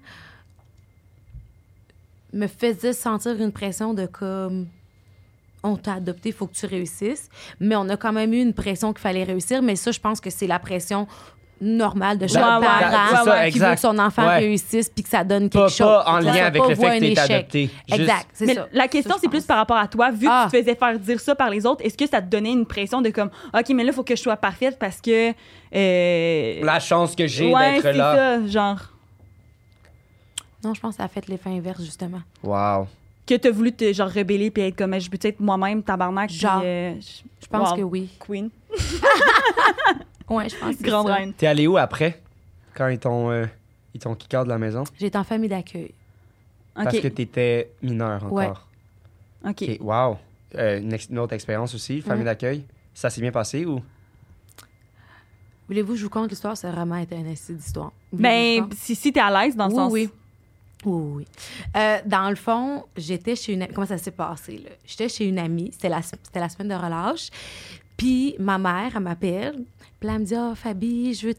me faisait sentir une pression de comme on t'a adopté, il faut que tu réussisses. Mais on a quand même eu une pression qu'il fallait réussir. Mais ça, je pense que c'est la pression normale de chaque parent qui veut que son enfant réussisse puis que ça donne quelque chose. Pas en lien avec le fait que t'es adopté. Exact, c'est mais ça. La question, c'est plus par rapport à toi. Vu que tu te faisais faire dire ça par les autres, est-ce que ça te donnait une pression de comme, OK, mais là, il faut que je sois parfaite parce que... la chance que j'ai d'être là. Ouais, c'est ça, genre... Non, je pense que ça a fait l'effet inverse, justement. Wow. Que t'as voulu te genre rebeller puis être comme je peux être moi-même tabarnak. Genre, je pense que oui. Queen. Ouais, je pense que Grande ça. reine. T'es allé où après quand ils t'ont kické out de la maison? J'étais en famille d'accueil. Parce que t'étais mineure encore. Ouais. OK. Wow. Une autre expérience aussi, famille d'accueil. Ça s'est bien passé ou? Voulez-vous que je vous conte l'histoire? Ça a vraiment été un essai d'histoire. Ben, si t'es à l'aise dans le sens... Oui. Dans le fond, j'étais chez une... Comment ça s'est passé, là? J'étais chez une amie. C'était la semaine de relâche. Puis ma mère, elle m'appelle. Puis elle me dit, « Ah, Fabi, je veux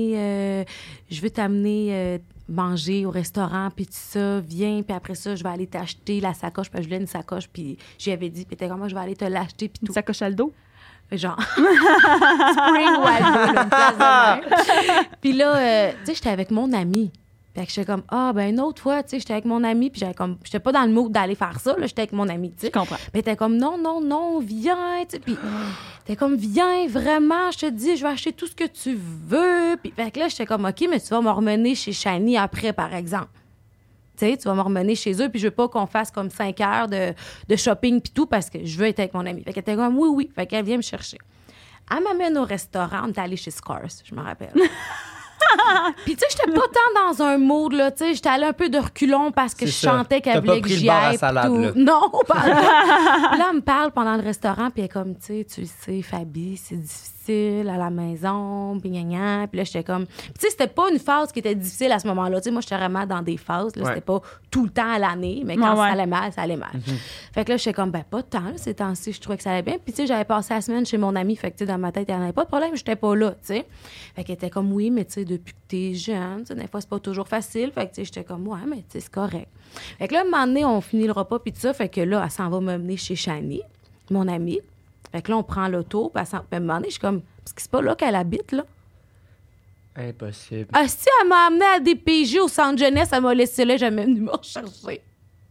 t'amener manger au restaurant, puis tout ça. Viens, puis après ça, je vais aller t'acheter la sacoche. » Puis je voulais une sacoche, puis j'y avais dit, puis t'es comme, « Moi, je vais aller te l'acheter, puis tout. » Une sacoche à le dos? Genre, Spring Waldo, une place de mer. Puis là, tu sais, j'étais avec mon ami. Fait que j'étais comme, une autre fois, tu sais, j'étais avec mon ami, puis j'étais pas dans le mood d'aller faire ça, là, j'étais avec mon ami, tu sais. Je comprends. Puis t'es comme, non, viens, tu sais. Puis t'es comme, viens, vraiment, je te dis, je vais acheter tout ce que tu veux. Puis fait que là, j'étais comme, OK, mais tu vas me remener chez Shani après, par exemple. Tu sais, tu vas me remener chez eux, puis je veux pas qu'on fasse comme 5 heures de shopping puis tout, parce que je veux être avec mon ami. Fait qu'elle était comme, oui. Fait qu'elle vient me chercher. Elle m'amène au restaurant, on est allé chez Scars, je me rappelle. Puis tu sais, j'étais pas tant dans un mood, là, tu sais, j'étais allée un peu de reculons parce que je chantais qu'elle voulait que j'y aille. Tout. Non, pas là, elle me parle pendant le restaurant, puis elle est comme, tu sais, Fabi, c'est difficile à la maison, puis gna. Puis là, j'étais comme... Puis tu sais, c'était pas une phase qui était difficile à ce moment-là. Tu sais, moi, j'étais vraiment dans des phases, là, c'était pas tout le temps à l'année, mais quand ça allait mal, ça allait mal. Fait que là, j'étais comme, pas de temps, là, ces temps-ci, je trouvais que ça allait bien. Puis tu sais, j'avais passé la semaine chez mon ami, fait que tu sais, dans ma tête, il n'y en avait pas de problème, j'étais pas là, tu sais. Fait qu'elle était comme, oui, mais tu sais, depuis que t'es jeune, tu sais, des fois, c'est pas toujours facile. Fait que tu sais, j'étais comme, ouais, mais tu sais, c'est correct. Fait que là, un moment donné, on finit le repas, puis tout ça, fait que là, elle s'en va me mener chez Shani, mon amie. Fait que là, on prend l'auto, puis à un moment donné, je suis comme, parce que c'est pas là qu'elle habite, là. Impossible. Ah, si elle m'a amenée à des PJ au centre jeunesse, elle m'a laissé là, jamais venue me rechercher.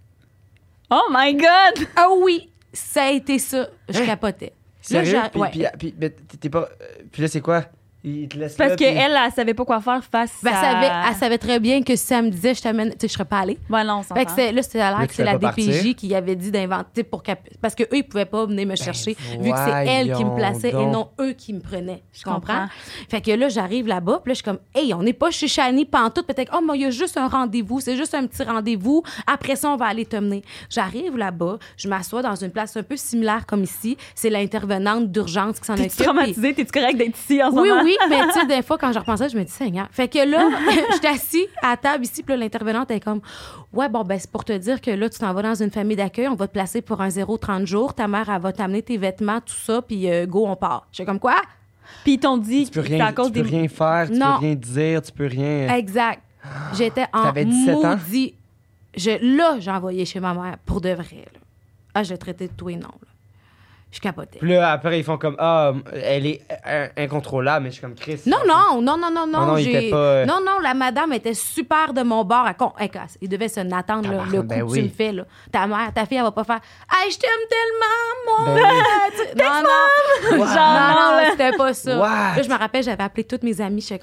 Oh my God! Ah oui, ça a été ça. Je capotais. Sérieux? Là, Puis t'es pas... Puis là, c'est quoi? Il te laisse Parce là, qu'elle, puis... elle savait pas quoi faire face ben, à... elle savait très bien que si elle me disait, je t'amène, tu sais, je serais pas allée. Ouais, non, on s'entend. Fait que là, c'était à l'air Là, que tu c'est fais la pas DPJ partir. qui avait dit d'inventer pour parce que eux, ils pouvaient pas venir me chercher vu que c'est elle qui me plaçait voyons et donc. non eux qui me prenaient. Je Tu comprends? comprends. Fait que là, j'arrive là-bas, puis là, je suis comme, hey, on n'est pas chez Shani pantoute. Peut-être, oh, mais il y a juste un rendez-vous, c'est juste un petit rendez-vous. Après ça, on va aller te mener. J'arrive là-bas, je m'assois dans une place un peu similaire comme ici. C'est l'intervenante d'urgence qui s'en occupe. T'es-tu traumatisée? T'es-tu correct d'être ici en ce moment? Oui, mais tu sais, des fois, quand je repensais, je me dis, Seigneur. Fait que là, j'étais assis à la table ici, puis là, l'intervenante est comme, ouais, bon, ben, c'est pour te dire que là, tu t'en vas dans une famille d'accueil, on va te placer pour un 0-30 jours, ta mère, elle va t'amener tes vêtements, tout ça, puis go, on part. J'étais comme quoi? Puis ils t'ont dit Tu peux que c'est rien, à cause tu peux rien faire, tu Non. peux rien dire, tu peux rien... Exact. J'étais en T'avais 17 ans? maudit. Là, j'ai envoyé chez ma mère, pour de vrai, là. Ah, je l'ai traité de tout et non, là. Je capotais. Puis là, après, ils font comme, elle est incontrôlable, mais je suis comme, Chris... Non, il était pas... Non, la madame était super de mon bord. Il devait se n'attendre là, le coup ben que oui. tu me fais. Là. Ta fille, elle va pas faire « Hey, je t'aime tellement, moi! Ben Non, Wow. non, c'était pas ça. What? Là, je me rappelle, j'avais appelé toutes mes amies. J'étais comme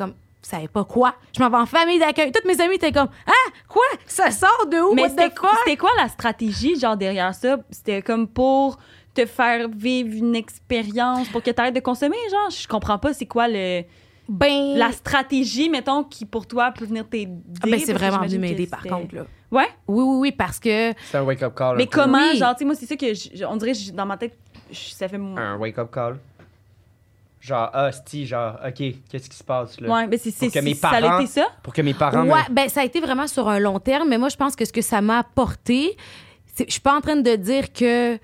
Je savais pas quoi. Je m'en vais en famille d'accueil. Toutes mes amies étaient comme « Ah, quoi? Ça sort de où? Mais What the fuck? » c'était quoi la stratégie, genre, derrière ça? C'était comme pour te faire vivre une expérience, pour que tu arrêtes de consommer, genre? Je comprends pas c'est quoi la stratégie, mettons, qui pour toi peut venir t'aider. C'est vraiment venu m'aider, par contre, là. Ouais? Oui, parce que... C'est un wake-up call. Mais comment, Oui. genre, tu sais, moi, c'est ça que on dirait, dans ma tête, ça fait... Un wake-up call. Genre, genre, OK, qu'est-ce qui se passe, là? Ouais, mais Pour que mes ça a parents- été ça? Pour que mes parents... Ouais, ben ça a été vraiment sur un long terme, mais moi, je pense que ce que ça m'a apporté, je suis pas en train de dire que...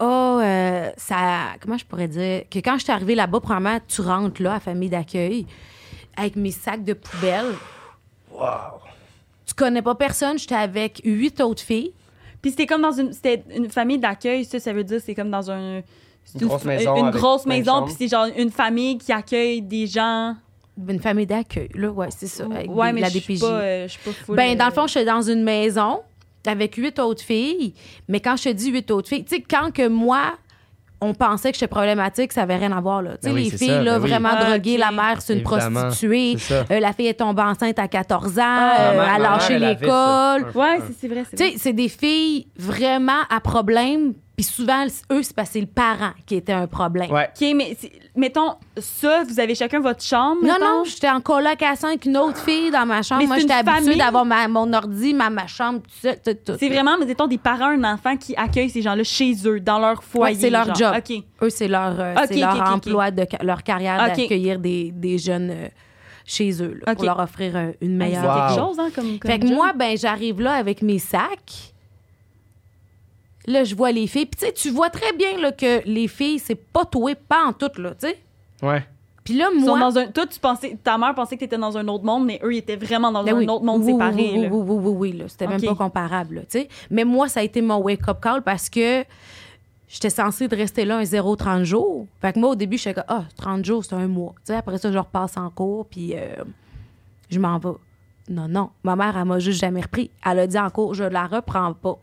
comment je pourrais dire? Que quand je suis arrivée là-bas, premièrement, tu rentres là, à famille d'accueil, avec mes sacs de poubelle. Wow! Tu connais pas personne, j'étais avec 8 autres filles. Puis c'était une famille d'accueil, ça veut dire c'est comme dans une grosse maison une avec grosse plein de maison, chambres. puis c'est genre une famille qui accueille des gens. Une famille d'accueil, là, ouais, c'est ça, avec Mais la je suis DPJ. pas full. Ben, dans le fond, je suis dans une maison avec 8 autres filles, mais quand je te dis 8 autres filles, tu sais, quand que moi, on pensait que j'étais problématique, ça avait rien à voir, là. Tu sais, Ben oui, les c'est filles, ça, là, ben oui. vraiment droguées, Ok. la mère, c'est une Évidemment, prostituée. c'est ça. La fille est tombée enceinte à 14 ans, Ma mère, elle a lâché elle avait ça. l'école. Ouais, c'est vrai, c'est Tu vrai. sais, c'est des filles vraiment à problème, puis souvent, eux, c'est parce que c'est le parent qui était un problème. Ouais. OK, mais mettons ça, vous avez chacun votre chambre, Non, mettons? non, j'étais en colocation avec une autre fille dans ma chambre. Mais Moi, c'est j'étais une habituée famille? d'avoir mon ordi, ma chambre, tout ça, tout. C'est vraiment, mettons, des parents, un enfant qui accueille ces gens-là chez eux, dans leur foyer. Ouais, c'est leur genre. job. OK. Eux, c'est leur, c'est Ok, leur ok, ok, emploi, leur carrière Ok. d'accueillir des jeunes chez eux, là, Ok. pour leur offrir une C'est meilleure... Wow. quelque chose, hein, comme Fait que job. moi, ben, j'arrive là avec mes sacs. Là, je vois les filles. Puis, tu sais, tu vois très bien là, que les filles, c'est pas toi, pas en tout, là, tu sais. Ouais. Puis là, Ils sont moi... toi, ta mère pensait que t'étais dans un autre monde, mais eux, ils étaient vraiment dans Ben un oui. autre monde Oui, séparé. Oui, là. oui, là. C'était même Ok. pas comparable, là, tu sais. Mais moi, ça a été mon wake-up call parce que j'étais censée de rester là un 0-30 jours. Fait que moi, au début, j'étais comme, 30 jours, c'est un mois. Tu sais, après ça, je repasse en cours, puis je m'en vais. Non. Ma mère, elle m'a juste jamais repris. Elle a dit en cours, je la reprends pas.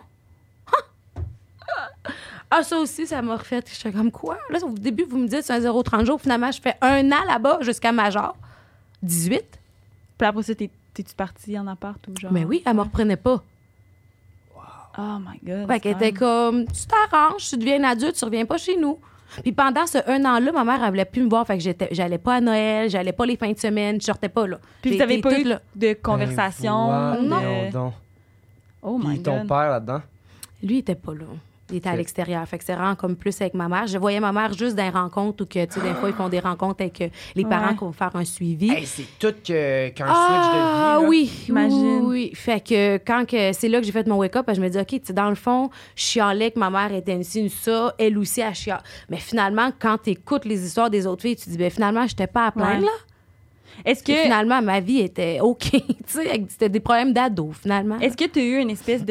Ah, ça aussi, ça m'a refait. J'étais comme, quoi? Là, au début, vous me dites, c'est un 0-30 jours. Finalement, je fais 1 an là-bas jusqu'à major. 18. Puis après ça, t'es-tu partie en appart ou genre? Mais oui, elle me reprenait pas. Oh my God. Fait qu'elle était comme, tu t'arranges, tu deviens adulte, tu reviens pas chez nous. Puis pendant ce 1 an-là, ma mère, elle voulait plus me voir. Fait que j'allais pas à Noël, j'allais pas les fins de semaine, je sortais pas là. Puis J'ai vous avez été pas toute eu là. de conversation? Ben, Non. voyons donc. Oh my Puis ton God. père là-dedans? Lui, il était pas là. Il était à Ok. l'extérieur. Fait que c'est vraiment comme plus avec ma mère. Je voyais ma mère juste dans les rencontres ou que, tu sais, des fois, ils font des rencontres avec les parents Ouais. qui vont faire un suivi. Hey, c'est tout qu'un switch de vie. là. Oui, Imagine. oui. Fait que quand c'est là que j'ai fait mon wake-up, je me dis, OK, tu sais, dans le fond, je chialais que ma mère était une ça, elle aussi, elle chiale. Mais finalement, quand tu écoutes les histoires des autres filles, tu te dis, ben finalement, j'étais pas à plaindre, Ouais. là. Est-ce Et que finalement, ma vie était OK. Tu sais, c'était des problèmes d'ado, finalement. est-ce que tu as eu une espèce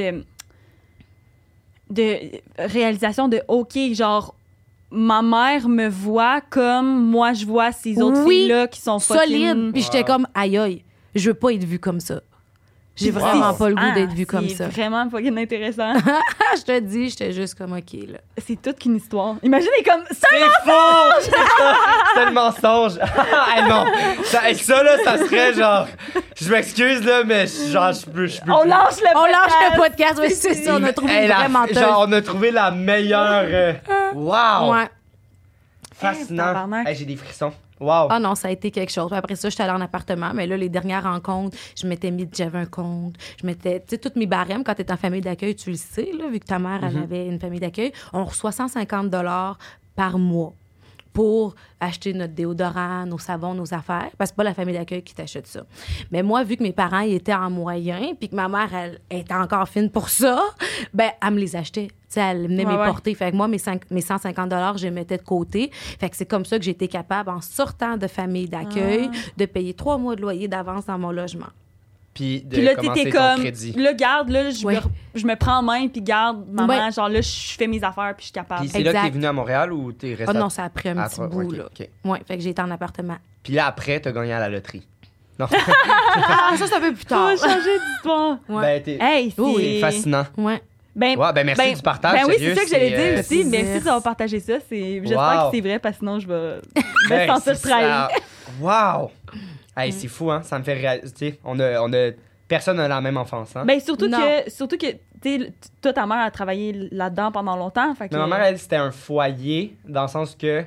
de réalisation de OK, genre ma mère me voit comme moi je vois ces autres Oui, filles-là qui sont fucking... solide. Puis j'étais Wow. comme, aïe, aïe, je veux pas être vue comme ça. J'ai Wow. vraiment pas le goût Ah, d'être vue comme c'est ça. vraiment fucking intéressant. Je te dis, j'étais juste comme, OK, là. C'est toute qu'une histoire. Imaginez comme ça. C'est faux! C'est le mensonge! Ah, non! Ça, là, ça serait genre... Je m'excuse, là, mais genre, je peux On plus. lâche le On lâche le podcast. podcast, oui, c'est ça. On a trouvé Hey, une vraie menteuse. Genre, on a trouvé la meilleure... Wow! Ouais. Fascinant. tabarnak. Hey, j'ai des frissons. Wow! Ah non, ça a été quelque chose. Puis après ça, j'étais allée en appartement. Mais là, les dernières rencontres, j'avais un compte. Je mettais, tu sais, toutes mes barèmes, quand tu es en famille d'accueil, tu le sais, là, vu que ta mère, elle avait une famille d'accueil, on reçoit 150 $ par mois pour acheter notre déodorant, nos savons, nos affaires. Parce que c'est pas la famille d'accueil qui t'achète ça. Mais moi, vu que mes parents ils étaient en moyen, puis que ma mère, elle était encore fine pour ça, ben elle me les achetait. Tu sais, elle venait Ouais, m'éporter. Fait que moi, mes 150 $, je les mettais de côté. Fait que c'est comme ça que j'ai été capable, en sortant de famille d'accueil, de payer 3 mois de loyer d'avance dans mon logement. Puis de Puis là, commencer t'étais ton comme, crédit. là, garde, là, Ouais. je me prends en main, puis garde, maman, Ouais. genre là, je fais mes affaires, puis je suis capable. Puis c'est là que Exact. t'es venu à Montréal ou t'es resté Ah non, ça a pris un petit bout, ok, là. ok. Ouais, fait que j'ai été en appartement. Puis là, après, t'as gagné à la loterie. Non. Ah, ça, c'est un peu plus On tard. va changer d'histoire. Ouais. Ben, t'es... Hey, c'est... Oui, Fascinant. Ouais. Ben, Ouais, ben merci du partage, Ben oui, sérieux, c'est ça que j'allais c'est, dire aussi. c'est- Merci d'avoir partagé ça. J'espère Wow. que c'est vrai, parce que sinon, je vais me Ben, sentir c'est trahi. ça. Wow! Hey, c'est fou, hein? Ça me fait réaliser. Personne n'a la même enfance, hein? Ben, surtout que toi, ta mère a travaillé là-dedans pendant longtemps. Fait que... Mais ma mère, elle, c'était un foyer, dans le sens que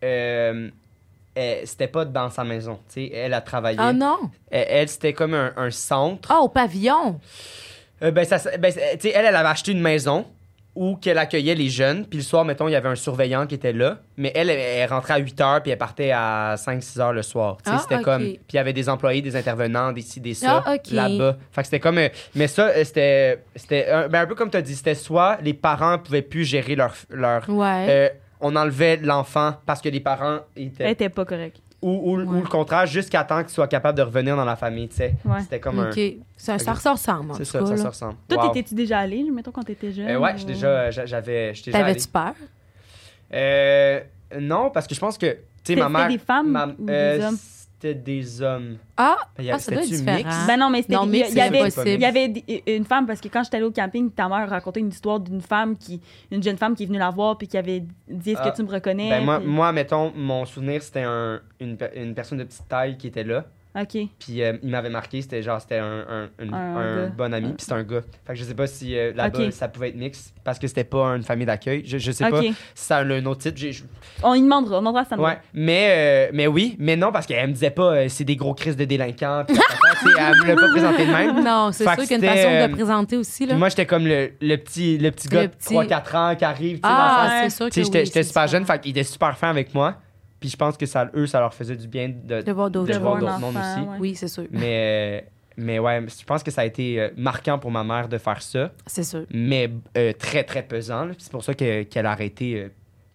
c'était pas dans sa maison. T'sais, elle a travaillé. Ah non? Elle, c'était comme un centre. Ah, au pavillon? Elle avait acheté une maison où qu'elle accueillait les jeunes. Puis le soir, mettons, il y avait un surveillant qui était là. Mais elle rentrait à 8 h puis elle partait à 5-6 h le soir. C'était comme... Puis il y avait des employés, des intervenants, des ci, des ça, là-bas. Fait que c'était comme... mais ça, c'était un peu comme tu as dit. C'était soit les parents pouvaient plus gérer leur on enlevait l'enfant parce que les parents étaient pas corrects. Ou le contraire, jusqu'à temps qu'ils soient capables de revenir dans la famille, tu sais. Ouais. C'était comme un... Ça se ressemble, en tout cas. C'est ça se ressemble. Toi, t'étais-tu déjà allé, mettons, quand t'étais jeune? Ouais, j'étais déjà T'avais-tu peur? Non, parce que je pense que, tu sais, ma mère... C'était des femmes ou des hommes? C'était des hommes. Ça doit être différent. Ben non, mais Non, il il y avait une femme, parce que quand j'étais allée au camping, ta mère racontait une histoire d'une une jeune femme qui est venue la voir puis qui avait dit « Est-ce que tu me reconnais? » Ben moi, mettons, mon souvenir, c'était une personne de petite taille qui était là. OK. Puis il m'avait marqué, c'était un bon ami, puis c'était un gars. Fait que je sais pas si là-bas, ça pouvait être mix, parce que c'était pas une famille d'accueil. Je sais pas si ça a un autre titre. On y demandera ça. Ouais, mais oui, mais non, parce qu'elle me disait pas c'est des gros crises de délinquants, puis elle me l'a pas présenté de même. Non, c'est sûr qu'il y a une façon de le présenter aussi. Là. Puis moi, j'étais comme le petit gars de 3-4 ans qui arrive. C'est sûr que j'étais super jeune, fait qu'il était super fin avec moi. Puis je pense que ça leur faisait du bien de voir d'autres mondes aussi. Ouais. Oui, c'est sûr. Mais ouais, je pense que ça a été marquant pour ma mère de faire ça. C'est sûr. Mais très, très pesant. Là. Puis c'est pour ça qu'elle a arrêté.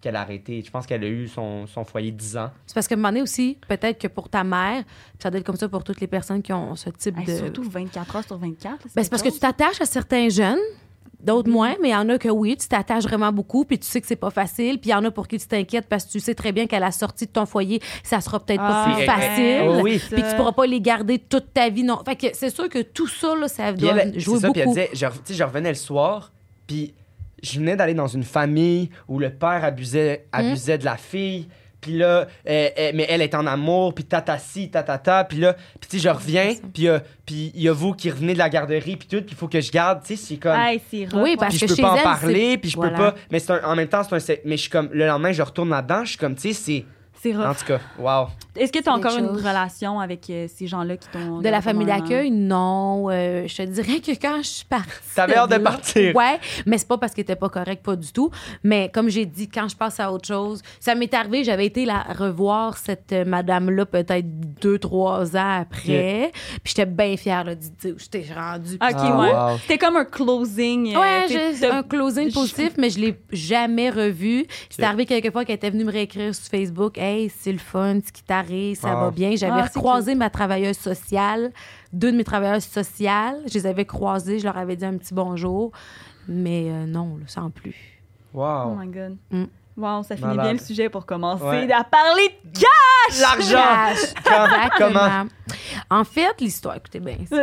Je pense qu'elle a eu son foyer 10 ans. C'est parce qu'à un moment donné aussi, peut-être que pour ta mère, ça doit être comme ça pour toutes les personnes qui ont ce type de... Surtout 24 heures sur 24. C'est parce que tu t'attaches à certains jeunes, d'autres moins, mais il y en a que oui, tu t'attaches vraiment beaucoup, puis tu sais que c'est pas facile, puis il y en a pour qui tu t'inquiètes parce que tu sais très bien qu'à la sortie de ton foyer, ça sera peut-être pas plus facile, puis tu pourras pas les garder toute ta vie. Non. Fait que c'est sûr que tout ça, là, ça doit jouer beaucoup. Puis elle disait, je revenais le soir, puis je venais d'aller dans une famille où le père abusait de la fille. Puis là, mais elle est en amour, puis tatati, tatata. Puis là, puis tu sais, je reviens, puis il y a vous qui revenez de la garderie, puis tout, puis il faut que je garde, tu sais, c'est comme... c'est oui, parce que je peux chez pas en elle, parler, puis je peux pas... Mais en même temps, mais je suis comme... Le lendemain, je retourne là-dedans, je suis comme, tu sais, c'est... rough. En tout cas, wow. Est-ce que tu as encore une relation avec ces gens-là qui t'ont... De la famille d'accueil, non. Je te dirais que quand je suis partie... T'avais hâte de partir. Ouais, mais c'est pas parce qu'elle était pas correcte, pas du tout. Mais comme j'ai dit, quand je passe à autre chose, ça m'est arrivé, j'avais été la revoir cette madame-là peut-être 2-3 ans après. Puis j'étais bien fière là, de dire où j'étais rendue. OK, wow. C'était comme un closing. Ouais, un closing positif, mais je l'ai jamais revu. C'est arrivé quelquefois qu'elle était venue me réécrire sur Facebook. Hey, c'est le fun, ce qui t'arrive, ça va bien. J'avais recroisé ma travailleuse sociale, 2 de mes travailleuses sociales. Je les avais croisées, je leur avais dit un petit bonjour. Mais non, là, sans plus. Wow. Oh my God. Wow, ça finit bien le sujet pour commencer à parler de cash! L'argent! Comment? En fait, l'histoire, écoutez bien ça.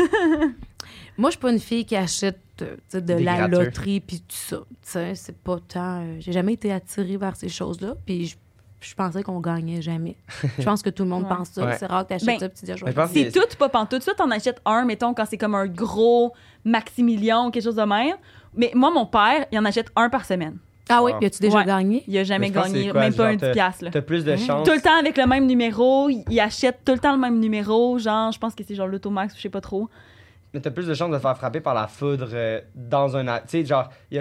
Moi, je suis pas une fille qui achète de la loterie puis tout ça. C'est pas tant... j'ai jamais été attirée vers ces choses-là. Puis je pensais qu'on gagnait jamais. Je pense que tout le monde pense ça. C'est rare que t'achètes ça, puis tu dis, c'est tout, pas pantoute. Soit t'en achètes un, mettons, quand c'est comme un gros maximillion ou quelque chose de même. Mais moi, mon père, il en achète un par semaine. Ah oui? Puis as-tu déjà gagné? Il a jamais gagné, même pas un 10$. T'as plus de chance. Tout le temps avec le même numéro. Il achète tout le temps le même numéro. Genre, je pense que c'est genre l'Automax, je sais pas trop. Mais t'as plus de chances de te faire frapper par la foudre dans un... Tu sais, genre... Dans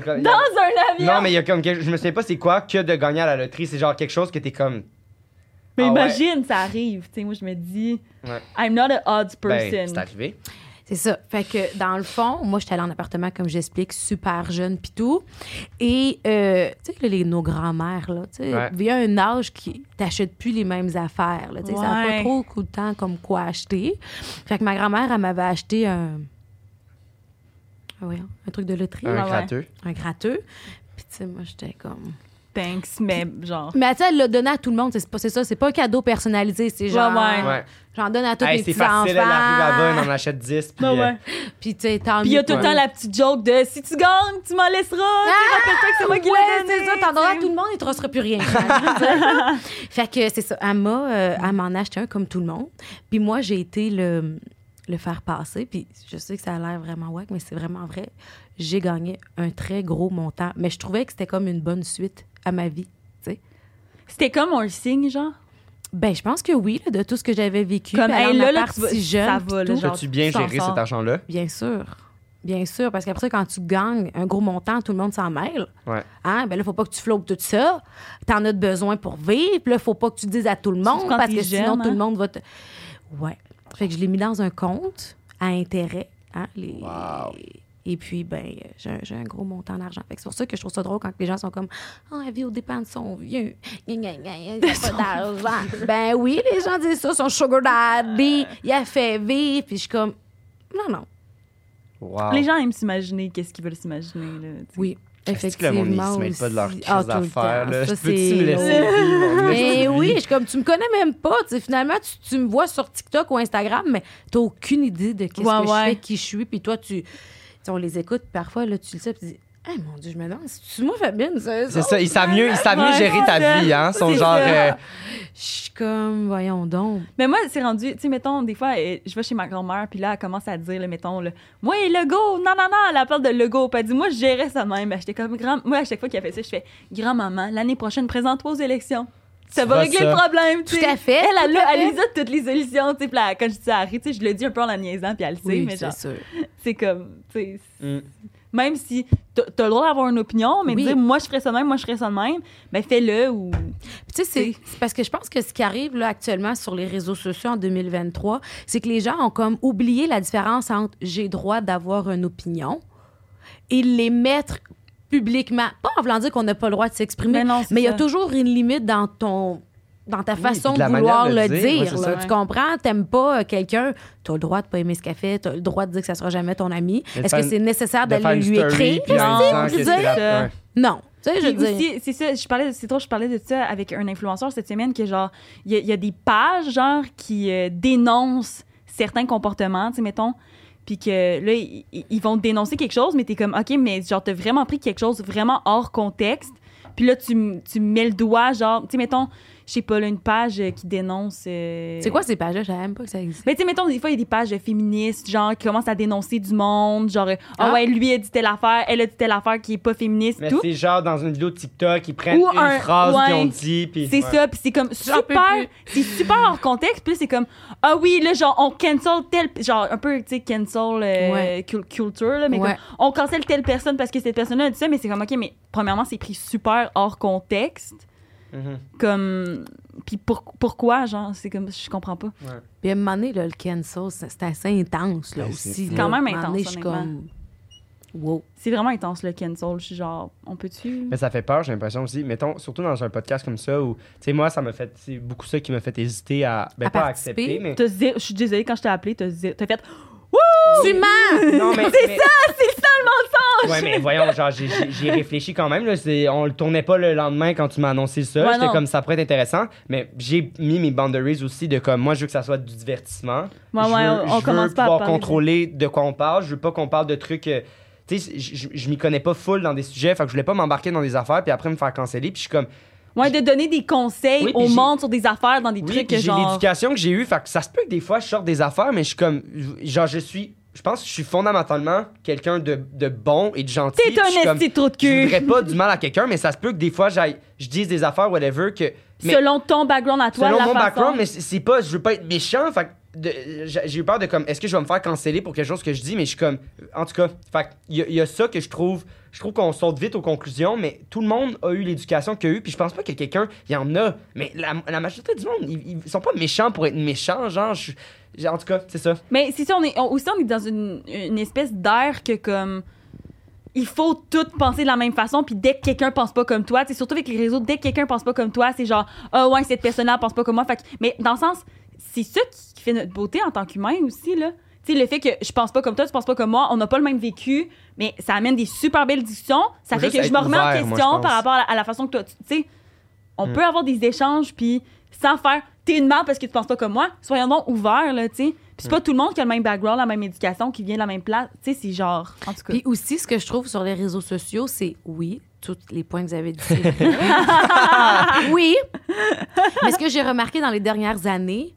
un avion! Non, mais il y a comme... Je me souviens pas c'est quoi que de gagner à la loterie. C'est genre quelque chose que t'es comme... Mais imagine, ça arrive. Tu sais, moi, je me dis... I'm not an odds person. Ben, c'est arrivé. C'est ça. Fait que, dans le fond, moi, j'étais allée en appartement, comme j'explique, super jeune pis tout. Et, tu sais, nos grands-mères, là, tu sais, il y a un âge qui t'achète plus les mêmes affaires, là, tu sais, ça n'a pas trop de temps comme quoi acheter. Fait que ma grand-mère, elle m'avait acheté un truc de loterie. Un gratteux. Un gratteux. Puis, tu sais, moi, j'étais comme... thanks, mais genre... Mais tu sais, elle l'a donné à tout le monde, c'est ça, c'est pas un cadeau personnalisé, c'est genre... Ouais. J'en donne à tous mes c'est petits-enfants. facile, elle arrive là-bas, on en achète 10. Puis, Puis tu sais, tant mieux. Puis il y a tout le temps la petite joke de « Si tu gagnes, tu m'en laisseras! Rappelle-toi que c'est moi qui l'ai donné! » c'est ça, t'en donneras à tout le monde, il te restera plus rien. Fait que c'est ça, elle m'en a acheté un comme tout le monde. Puis moi, j'ai été le faire passer. Puis je sais que ça a l'air vraiment wack, mais c'est vraiment vrai. J'ai gagné un très gros montant. Mais je trouvais que c'était comme une bonne suite à ma vie, tu sais. C'était comme un signe, genre? Ben, je pense que oui, là, de tout ce que j'avais vécu. Comme, elle là, si jeune. Ça va, là, genre, as-tu bien géré cet argent-là? Bien sûr. Bien sûr, parce qu'après, quand tu gagnes un gros montant, tout le monde s'en mêle. Ouais. Hein? Ben là, faut pas que tu flottes tout ça. T'en as besoin pour vivre. Puis là, faut pas que tu dises à tout le monde, parce que sinon, tout le monde va te... Ouais. Fait que je l'ai mis dans un compte à intérêt. Hein? Wow. Et puis, ben, j'ai un gros montant d'argent. Fait que c'est pour ça que je trouve ça drôle quand les gens sont comme « Oh, la vie aux dépens de son vieux. Il n'y a pas d'argent. » Ben oui, les gens disent ça, son sugar daddy, il a fait vivre. Puis je suis comme « Non. » Wow. Les gens aiment s'imaginer qu'est-ce qu'ils veulent s'imaginer, là. T'sais. Oui, effectivement. Est-ce que le monde, ils se mêlent pas de leur crise d'affaires, là? Ça, Peux-tu me laisser vivre? Mais oui, je suis comme, tu me connais même pas. Tu sais, finalement, tu me vois sur TikTok ou Instagram, mais t'as aucune idée de qu'est-ce que je fais, qui je suis. Puis toi, on les écoute, parfois, là, tu le sais, puis tu dis, « Hey, mon Dieu, je me demande, c'est moi, Fabienne? » C'est ça, ils savent mieux gérer ta vie, hein? Ils sont genre... Je suis comme, voyons donc. Mais moi, c'est rendu, tu sais, mettons, des fois, je vais chez ma grand-mère, puis là, elle commence à dire, là, mettons, là, moi, Legault, non, elle parle de Legault. Puis elle dit, moi, je gérais ça même. Ben, j'étais comme, moi, à chaque fois qu'elle fait ça, je fais, grand-maman, l'année prochaine, présente-toi aux élections. Ça va régler le problème, tu sais. Tout à fait. Elle les a toutes les solutions, tu sais. Puis là, quand je dis ça à Harry, tu sais, je le dis un peu en la niaisant, puis elle le sait, Oui, mais genre, sûr. c'est comme, tu sais, même si t'as le droit d'avoir une opinion, mais dire, moi, je ferais ça de même, ben fais-le ou... Tu sais, c'est parce que je pense que ce qui arrive là, actuellement sur les réseaux sociaux en 2023, c'est que les gens ont comme oublié la différence entre « j'ai droit d'avoir une opinion » et les mettre publiquement. Pas en voulant dire qu'on n'a pas le droit de s'exprimer, mais il y a toujours une limite dans ta façon de vouloir le dire. Ouais, tu comprends? T'aimes pas quelqu'un, t'as le droit de pas aimer ce qu'elle fait, t'as le droit de dire que ça sera jamais ton ami. Est-ce que c'est nécessaire d'aller lui écrire? Non. Tu sais, je dis. C'est ça, je parlais de ça avec un influenceur cette semaine, que genre, il y a des pages, genre, qui dénoncent certains comportements, tu sais, mettons, puis que là, ils vont dénoncer quelque chose, mais t'es comme, OK, mais genre, t'as vraiment pris quelque chose vraiment hors contexte, puis là, tu mets le doigt, genre, tu sais, mettons, je sais pas, là, une page qui dénonce... C'est quoi ces pages-là? Je savais même pas que ça existe. Mais tu sais, mettons, des fois, il y a des pages féministes, genre, qui commencent à dénoncer du monde, genre, ouais, lui a dit telle affaire, elle a dit telle affaire qui est pas féministe, mais tout. c'est genre dans une vidéo de TikTok, ils prennent une phrase qu'ils ont dit, puis... C'est ça, puis c'est comme c'est super hors contexte, puis c'est comme, ah oui, là, genre, on cancel telle... Genre, un peu, tu sais, cancel culture, là, mais comme, on cancel telle personne parce que cette personne-là a dit ça, mais c'est comme, OK, mais premièrement, c'est pris super hors contexte. Comme... Puis pourquoi, genre, c'est comme... Je comprends pas. Ouais. Puis à un moment donné, là, le cancel, c'est assez intense, là, aussi. C'est quand même intense, je suis comme... Wow. C'est vraiment intense, le cancel. Je suis genre, on peut-tu... Mais ça fait peur, j'ai l'impression aussi. Mettons, surtout dans un podcast comme ça, où... Tu sais, moi, ça m'a fait... C'est beaucoup ça qui m'a fait hésiter à... Ben, pas à accepter, mais... Je suis désolée, quand je t'ai appelé, t'as fait... Tu mens! Non, mais... c'est ça le mensonge! Ouais, mais voyons, genre, j'ai réfléchi quand même. Là, on le tournait pas le lendemain quand tu m'as annoncé ça. J'étais comme, ça pourrait être intéressant. Mais j'ai mis mes boundaries aussi de comme, moi, je veux que ça soit du divertissement. On commence pas à pouvoir contrôler de quoi on parle. Je veux pas qu'on parle de trucs... tu sais, je m'y connais pas full dans des sujets. Fait que je voulais pas m'embarquer dans des affaires puis après me faire canceller. Puis je suis comme... Ouais, de donner des conseils au monde sur des affaires dans des trucs genre... j'ai l'éducation que j'ai eue. Fait que ça se peut que des fois, je sorte des affaires, mais je suis comme... Genre, je pense que je suis fondamentalement quelqu'un de bon et de gentil. T'es un esti trou de cul. Je voudrais pas du mal à quelqu'un, mais ça se peut que des fois, je dise des affaires, whatever, que... Mais, selon ton background à toi, selon la mon façon... background, mais c'est pas... Je veux pas être méchant, fait j'ai eu peur de comme... Est-ce que je vais me faire canceller pour quelque chose que je dis? Mais je suis comme... En tout cas, fait il y a ça que je trouve... Je trouve qu'on saute vite aux conclusions, mais tout le monde a eu l'éducation qu'il a eu, puis je pense pas que quelqu'un, il y en a, mais la majorité du monde, ils sont pas méchants pour être méchants, genre, en tout cas, c'est ça. Mais c'est ça, on est dans une espèce d'air que comme... Il faut tout penser de la même façon, puis dès que quelqu'un pense pas comme toi, c'est surtout avec les réseaux, dès que quelqu'un pense pas comme toi, c'est genre, ah ouais, cette personne-là pense pas comme moi. Mais dans le sens, c'est ça qui fait notre beauté en tant qu'humain aussi, là. Tu sais, le fait que je pense pas comme toi, tu penses pas comme moi, on n'a pas le même vécu, mais ça amène des super belles discussions. Ça Faut fait juste que je me être remets en ouvert, moi, question je pense. par rapport à la façon que toi, tu sais, on peut avoir des échanges, puis sans faire t'es une merde parce que tu penses pas comme moi. Soyons donc ouverts, là, tu sais. Puis c'est pas tout le monde qui a le même background, la même éducation, qui vient de la même place. Tu sais, c'est genre, en tout cas. Puis aussi, ce que je trouve sur les réseaux sociaux, c'est oui, tous les points que vous avez dit, c'est vrai. Oui. Mais ce que j'ai remarqué dans les dernières années,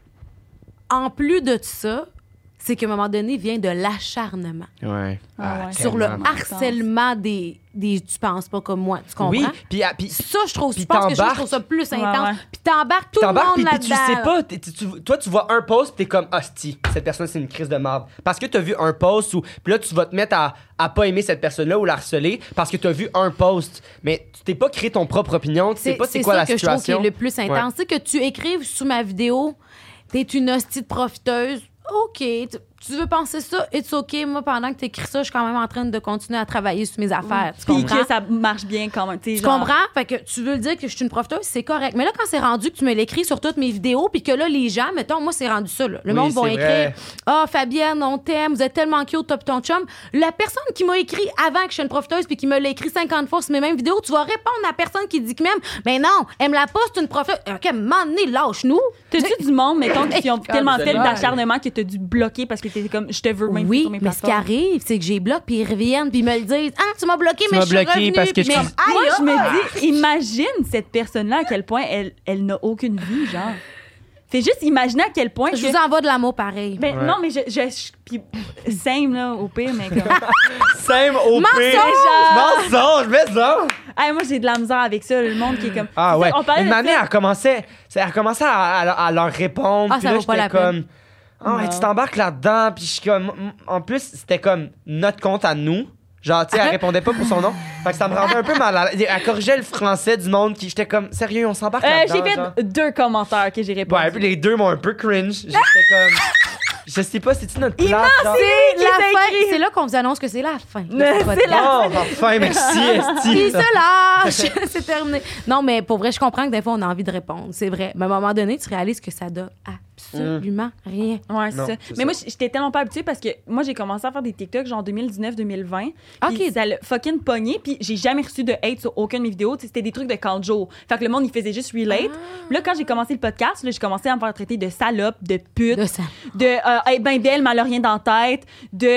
en plus de ça, c'est qu'à un moment donné, vient de l'acharnement. Ouais. Ah ouais. Sur le tellement. harcèlement des tu penses pas comme moi, tu comprends? Oui, puis Ça, je trouve, puis je pense que je t'embarques. trouve ça plus Ouais, intense. ouais. Puis t'embarques tout le t'embarques, monde puis tu là-dedans. sais pas. Toi, tu vois un post, puis t'es comme, hostie, cette personne, c'est une crise de merde. Parce que t'as vu un post, puis là, tu vas te mettre à pas aimer cette personne-là ou la harceler parce que t'as vu un post. Mais tu t'es pas créé ton propre opinion, tu sais pas c'est quoi ça la que je trouve qui situation. est le plus intense. Tu sais, que tu écrives sous ma vidéo, t'es une hostie de profiteuse. OK, tu veux penser ça, it's OK. Moi, pendant que t'écris ça, je suis quand même en train de continuer à travailler sur mes affaires. Tu Puis comprends? que ça marche bien quand même. Tu comprends? Fait que tu veux dire que je suis une profiteuse, c'est correct. Mais là, quand c'est rendu que tu me l'écris sur toutes mes vidéos, puis que là, les gens, mettons, moi, c'est rendu ça. Là. Le Oui, monde va c'est écrire vrai. Ah, Fabienne, on t'aime, vous êtes tellement cute, top ton chum. La personne qui m'a écrit avant que je suis une profiteuse, puis qui me l'a écrit 50 fois sur mes mêmes vidéos, tu vas répondre à la personne qui dit que même, mais non, elle me la pas, c'est une profiteuse. OK, m'emmener, lâche-nous. T'as-tu du monde, mettons, qui ont tellement fait dommage. d'acharnement que t'as dû bloquer parce que t'étais comme, je te veux même plus Oui, sur mes mais ce qui plateformes. arrive, c'est que j'ai bloqué, puis ils reviennent, puis ils me le disent. Ah, tu m'as bloqué, mais m'as je suis bloqué revenue. parce que Puis je mais- suis- Moi, Aïe, je me dis, imagine cette personne-là à quel point elle n'a aucune vie, genre. Fais juste imaginer à quel point. je que- vous envoie de l'amour pareil. Ben, Ouais. non, mais puis same, là, au pire, mais comme. Same au pire. Mensonge! Mensonge, mais ça. Hey, moi, j'ai de la misère avec ça, le monde qui est comme. Ah C'est ouais. ça, on parlait Une de manière, ça. elle commençait à leur répondre. Ah, puis ça là, vaut pas j'étais la peine. comme, ah ouais, Non. tu t'embarques là-dedans. Puis je suis comme, en plus, c'était comme notre compte à nous. Genre, tu sais, elle répondait pas pour son nom. Fait que ça me rendait un peu mal à l'aise. Elle corrigeait le français du monde qui, j'étais comme, sérieux, on s'embarque là-dedans. J'ai fait genre. 2 commentaires que j'ai répondu. Ouais, puis les deux m'ont un peu cringe. J'étais comme, je sais pas, c'est-tu notre place? genre? C'est qui la t'a fin. écrit? C'est là qu'on vous annonce que c'est la fin. C'est la- Oh, enfin, merci, Esti. Il se lâche. C'est terminé. Non, mais pour vrai, je comprends que des fois, on a envie de répondre. C'est vrai. Mais à un moment donné, tu réalises que ça donne absolument rien. Ouais, c'est Non, ça. c'est Mais ça. moi, j'étais tellement pas habituée parce que moi, j'ai commencé à faire des TikTok genre 2019-2020. OK. Puis ça l'a fucking pogné. Puis j'ai jamais reçu de hate sur aucune de mes vidéos. Tu sais, c'était des trucs de Kanjo. Fait que le monde, il faisait juste relate. Là, quand j'ai commencé le podcast, là, j'ai commencé à me faire traiter de salope, de pute, De ça. de être ben belle, mais elle a rien dans la tête,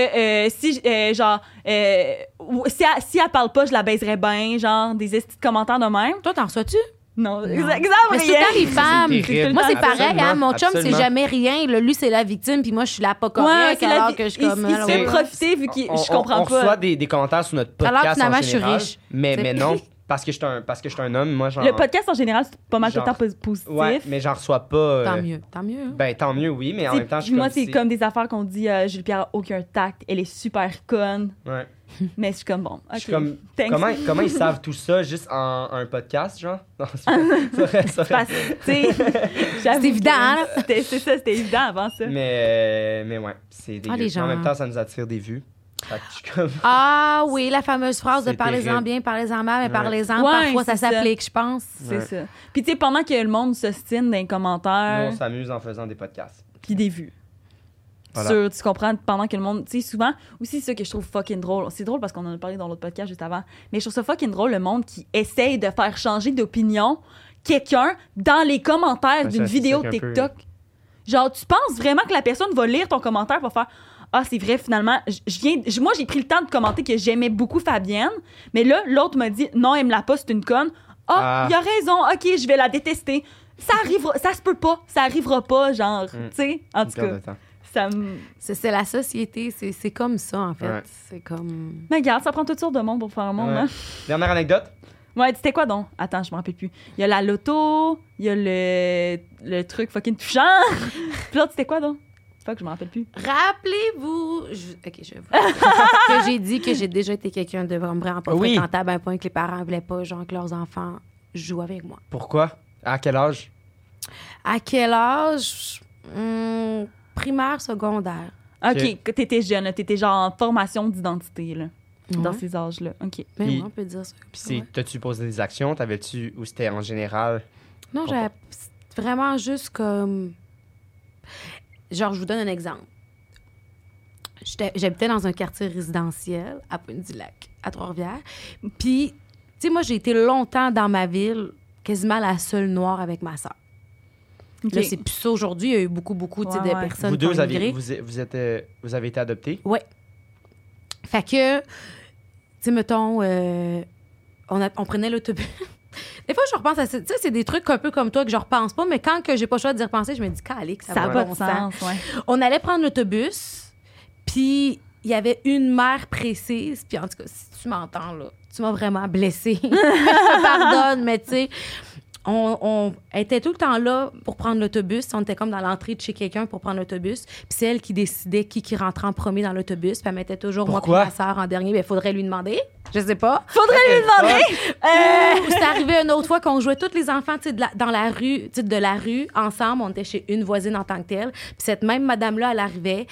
de si elle parle pas, je la baiserais bien, genre des estis de commentaires de même. Toi, t'en reçois-tu? Non, exemple, Mais c'est tout le temps les femmes. C'est terrible. Moi, c'est pareil. Absolument, Hein? Mon chum, c'est absolument. jamais rien. Là, lui, c'est la victime, puis moi, je suis la pas correcte, c'est la alors vie- que je suis il- comme... il se fait C'est- profiter vu que je comprends on pas. reçoit des commentaires sur notre podcast Alors que finalement, en je suis général, riche. Mais C'est- non, parce que je suis un homme, moi, genre... Le podcast en général, c'est pas mal tout le Genre- temps positif. Ouais, mais j'en reçois pas... Tant mieux, tant mieux. hein. Ben, tant mieux, oui, mais en T'sais, même temps, je suis moi, comme... c'est comme des affaires qu'on dit Jules Pierre a aucun tact, elle est super conne. Ouais. Mais je suis comme bon. OK. Je suis comme... Thanks. Comment ils savent tout ça juste en un podcast, genre? Non, c'est vrai. Parce que, tu sais, j'avoue C'est évident, que hein? C'est ça, c'était évident avant ça. Mais ouais, c'est dégueu. les gens- En même temps, ça nous attire des vues. Fait que je suis comme... Ah oui, la fameuse phrase de C'est parlez-en terrible. bien, parlez-en mal, mais Ouais. parlez-en. Ouais, Parfois, ça c'est ça. s'applique, je pense. C'est Ouais. ça. Puis tu sais, pendant que le monde s'ostine dans les Nous, commentaires, on s'amuse en faisant des podcasts. puis des vues. Voilà. Sur, tu comprends, pendant que le monde. Tu sais, souvent, aussi, c'est ça que je trouve fucking drôle. C'est drôle parce qu'on en a parlé dans l'autre podcast juste avant. Mais je trouve ça fucking drôle, le monde qui essaye de faire changer d'opinion quelqu'un dans les commentaires Ouais, d'une ça, vidéo c'est ça qu'un TikTok. Genre, tu penses vraiment que la personne va lire ton commentaire pour faire Ah, c'est vrai, finalement, moi, j'ai pris le temps de commenter que j'aimais beaucoup Fabienne, mais là, l'autre m'a dit Non, elle me l'a pas, c'est une conne. Ah, il a raison, ok, je vais la détester. Ça arrivera, ça se peut pas, ça arrivera pas, genre, tu sais, en Une tout perte cas. de temps. Ça me... C'est la société, c'est comme ça, en fait. Ouais. C'est comme... Mais regarde, ça prend toutes sortes de monde pour faire un monde, Ouais. hein. Dernière anecdote? Ouais, c'était quoi donc? Attends, je me rappelle plus. Il y a la loto, il y a le truc fucking touchant. Puis l'autre, c'était quoi donc? Fuck, je me rappelle plus. Rappelez-vous... OK, je vous... que j'ai dit que j'ai déjà été quelqu'un de vraiment pas Oui. fréquentable à un point que les parents voulaient pas, genre, que leurs enfants jouent avec moi. Pourquoi? À quel âge? À quel âge? Primaire, secondaire. OK, que t'étais jeune, là, t'étais genre en formation d'identité, là, dans Ouais. ces âges-là. OK. Mais Puis- oui, on peut dire ça. Puis Ouais. t'as-tu posé des actions? T'avais-tu... Ou c'était en général? Non, j'avais vraiment juste comme... Genre, je vous donne un exemple. J'habitais dans un quartier résidentiel à Pointe-du-Lac, à Trois-Rivières. Puis, tu sais, moi, j'ai été longtemps dans ma ville quasiment la seule noire avec ma sœur. Okay. Là, c'est plus ça aujourd'hui. Il y a eu beaucoup de personnes Vous qui ont deux, immigré. vous avez été adoptés? Oui. Fait que, tu sais, mettons, on prenait l'autobus. Des fois, je repense à ça. Tu sais, c'est des trucs un peu comme toi que je repense pas, mais quand que j'ai pas le choix d'y repenser, je me dis, calique, ça n'a va pas bon de sens. Ouais. On allait prendre l'autobus, puis il y avait une mère précise, puis en tout cas, si tu m'entends, là, tu m'as vraiment blessée. Je te pardonne, mais tu sais, on était tout le temps là pour prendre l'autobus. On était comme dans l'entrée de chez quelqu'un pour prendre l'autobus. Puis c'est elle qui décidait qui rentrait en premier dans l'autobus. Puis elle mettait toujours Pourquoi? moi et ma sœur en dernier. Mais il faudrait lui demander. Je sais pas. Faudrait lui demander! C'est arrivé une autre fois qu'on jouait tous les enfants dans la rue, de la rue, ensemble. On était chez une voisine en tant que telle. Puis cette même madame-là, elle arrivait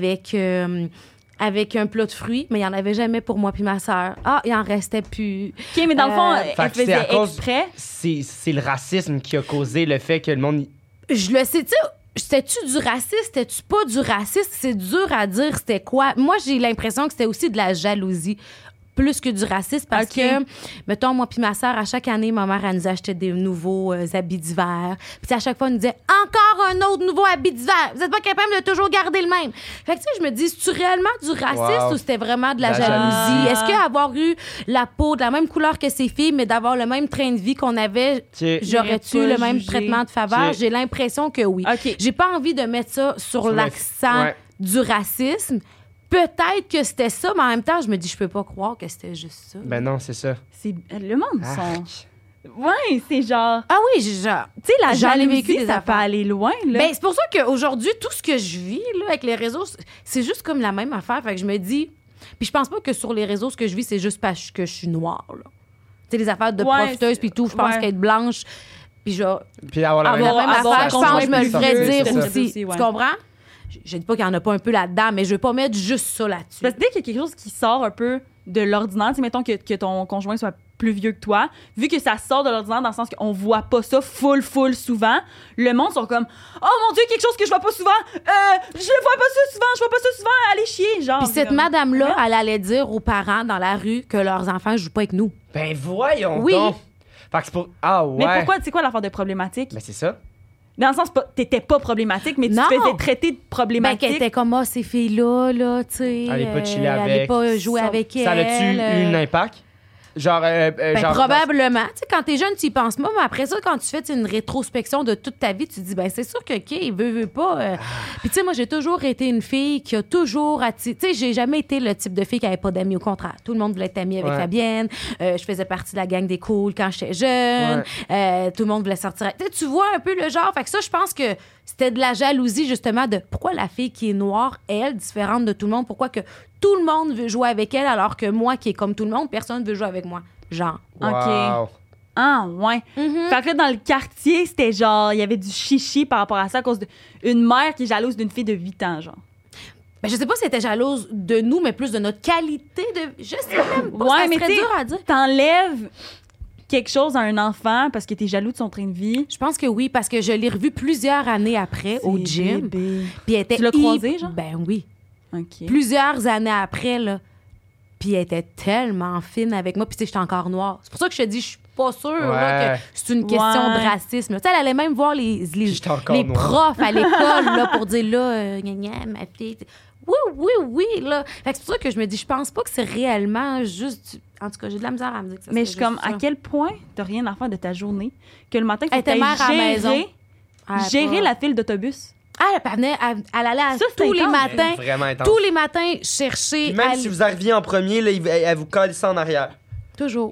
avec un plat de fruits, mais il n'y en avait jamais pour moi puis ma sœur. Ah, il en restait plus. OK, mais dans le fond, Fait elle que c'est faisait à cause- exprès. C'est le racisme qui a causé le fait que le monde... Je le sais, tu sais, c'était-tu du racisme, c'était-tu pas du racisme? C'est dur à dire c'était quoi. Moi, j'ai l'impression que c'était aussi de la jalousie. Plus que du racisme parce OK. que, mettons, moi puis ma sœur, à chaque année, ma mère, elle nous achetait des nouveaux habits d'hiver. Puis à chaque fois, elle nous disait « Encore un autre nouveau habit d'hiver! Vous êtes pas capable de toujours garder le même! » Fait que tu sais, je me dis, c'est-tu réellement du racisme Wow. ou c'était vraiment de la La jalousie? jalousie. Est-ce qu'avoir eu la peau de la même couleur que ses filles, mais d'avoir le même train de vie qu'on avait, Tu- j'aurais-tu J'aurais le pas même jugé. traitement de faveur? OK. J'ai l'impression que oui. OK. J'ai pas envie de mettre ça sur Sur l'accent ouais. du racisme. Peut-être que c'était ça, mais en même temps, je me dis, je peux pas croire que c'était juste ça. Ben non, c'est ça. C'est... Le monde sont... Arc. Ouais, c'est genre... Ah oui, genre. Tu sais, la J'en ai vécu jalousie, des ça peut affaires. aller loin, là. Ben, c'est pour ça qu'aujourd'hui, tout ce que je vis là, avec les réseaux, c'est juste comme la même affaire. Fait que je me dis. Puis je pense pas que sur les réseaux, ce que je vis, c'est juste parce que je suis noire. Là. Tu sais, les affaires de Ouais, profiteuse puis tout, je pense ouais. qu'être blanche, puis genre. Puis avoir la Avoir la même avoir affaire, un je pense que je me le conjoint ferais plus dire vieux, aussi. c'est ça. Ouais. Tu comprends? Je dis pas qu'il y en a pas un peu là-dedans, mais je veux pas mettre juste ça là-dessus. Parce que dès qu'il y a quelque chose qui sort un peu de l'ordinaire, tu sais, mettons que ton conjoint soit plus vieux que toi, vu que ça sort de l'ordinaire dans le sens qu'on voit pas ça full souvent, le monde sont comme « Oh mon Dieu, quelque chose que je vois pas souvent! Je vois pas ça souvent! Allez chier! » genre. Puis cette comme- madame-là, Ouais. elle allait dire aux parents dans la rue que leurs enfants jouent pas avec nous. Ben voyons Oui. donc! Fait que c'est pour... Ah ouais! Mais pourquoi, c'est quoi l'affaire de problématique? Ben c'est ça. Dans le sens, t'étais pas problématique, mais tu Non. te faisais traiter de Ben, problématique. qu'elle était comme, ces filles-là, là, tu sais. Allez pas chiller Allez avec. pas jouer avec Ça elle. a-tu eu un impact? Genre... Ben, genre probablement. Tu sais, quand t'es jeune, tu y penses pas, mais après ça, quand tu fais une rétrospection de toute ta vie, tu te dis, ben c'est sûr que, OK, il veut pas. Puis, tu sais, moi, j'ai toujours été une fille qui a toujours attiré. Tu sais, j'ai jamais été le type de fille qui avait pas d'amis. Au contraire, tout le monde voulait être amie avec Ouais. Fabienne. Je faisais partie de la gang des cools quand j'étais jeune. Tout le monde voulait sortir. Tu vois un peu le genre. Fait que ça, je pense que c'était de la jalousie, justement, de pourquoi la fille qui est noire, elle, différente de tout le monde, pourquoi que tout le monde veut jouer avec elle, alors que moi, qui est comme tout le monde, personne veut jouer avec moi. Genre. Wow. OK. Ah, ouais. Fait que là, dans le quartier, c'était genre, il y avait du chichi par rapport à ça à cause d'une mère qui est jalouse d'une fille de 8 ans, genre. Ben, je sais pas si elle était jalouse de nous, mais plus de notre qualité de. Je sais même pas. Ouais, Ça mais serait tu sais, dur à dire. t'enlèves quelque chose à un enfant parce que t'es jaloux de son train de vie. Je pense que oui, parce que je l'ai revue plusieurs années après au C'est gym. bébé. Puis elle était Tu l'as croisée, genre? Ben oui. OK. Plusieurs années après, là. Puis elle était tellement fine avec moi. Puis tu sais, j'étais encore noire. C'est pour ça que je te dis, je suis pas sûre là, Ouais. que c'est une question Ouais. de racisme. Tu sais, elle allait même voir les J'étais encore les noire. profs à l'école là, pour dire là, gna gna, ma fille. Oui, là. Fait que c'est pour ça que je me dis, je pense pas que c'est réellement juste. En tout cas, j'ai de la misère à me dire que ça Mais je serait suis comme, juste à ça. quel point t'as rien à faire de ta journée que le matin, il faut Elle que était t'ailles mère à la maison. gérer pas- la file d'autobus. Ah, elle allait à Ça, c'est tous les intense. matins. Vraiment intense. Tous les matins, chercher. Puis même à- si vous arriviez en premier, là, elle vous colle ça en arrière. Toujours.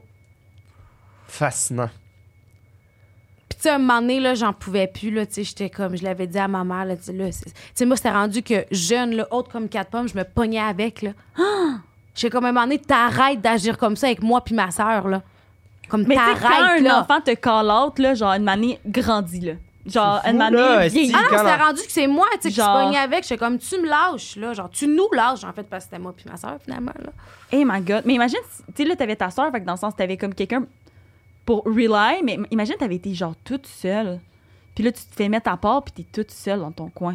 Fascinant. Puis, tu sais, un moment donné, là, j'en pouvais plus, là, tu sais, j'étais comme, je l'avais dit à ma mère, là, tu sais, là, tu sais, moi, c'était rendu que jeune, là, haute comme 4 pommes, je me pognais avec, là. J'étais comme, à un moment donné, t'arrêtes d'agir comme ça avec moi puis ma sœur, là. Comme, Mais tu sais, quand t'arrêtes, un là. enfant te call out, là, genre, une manée grandit, là. Genre, C'est une fou, là, manée vieillit. esti. Ah non, quand c'était la- rendu que c'est moi, tu sais, qui se Genre- pognait avec. J'étais comme, tu me lâches, là. Genre, tu nous lâches, en fait, parce que c'était moi puis ma sœur, finalement, là. Hey my God. Mais imagine, tu sais, là, t'avais ta soeur, fait que dans le sens, t'avais comme quelqu'un pour rely, mais imagine, t'avais été genre toute seule. Puis là, tu te fais mettre à part, puis t'es toute seule dans ton coin.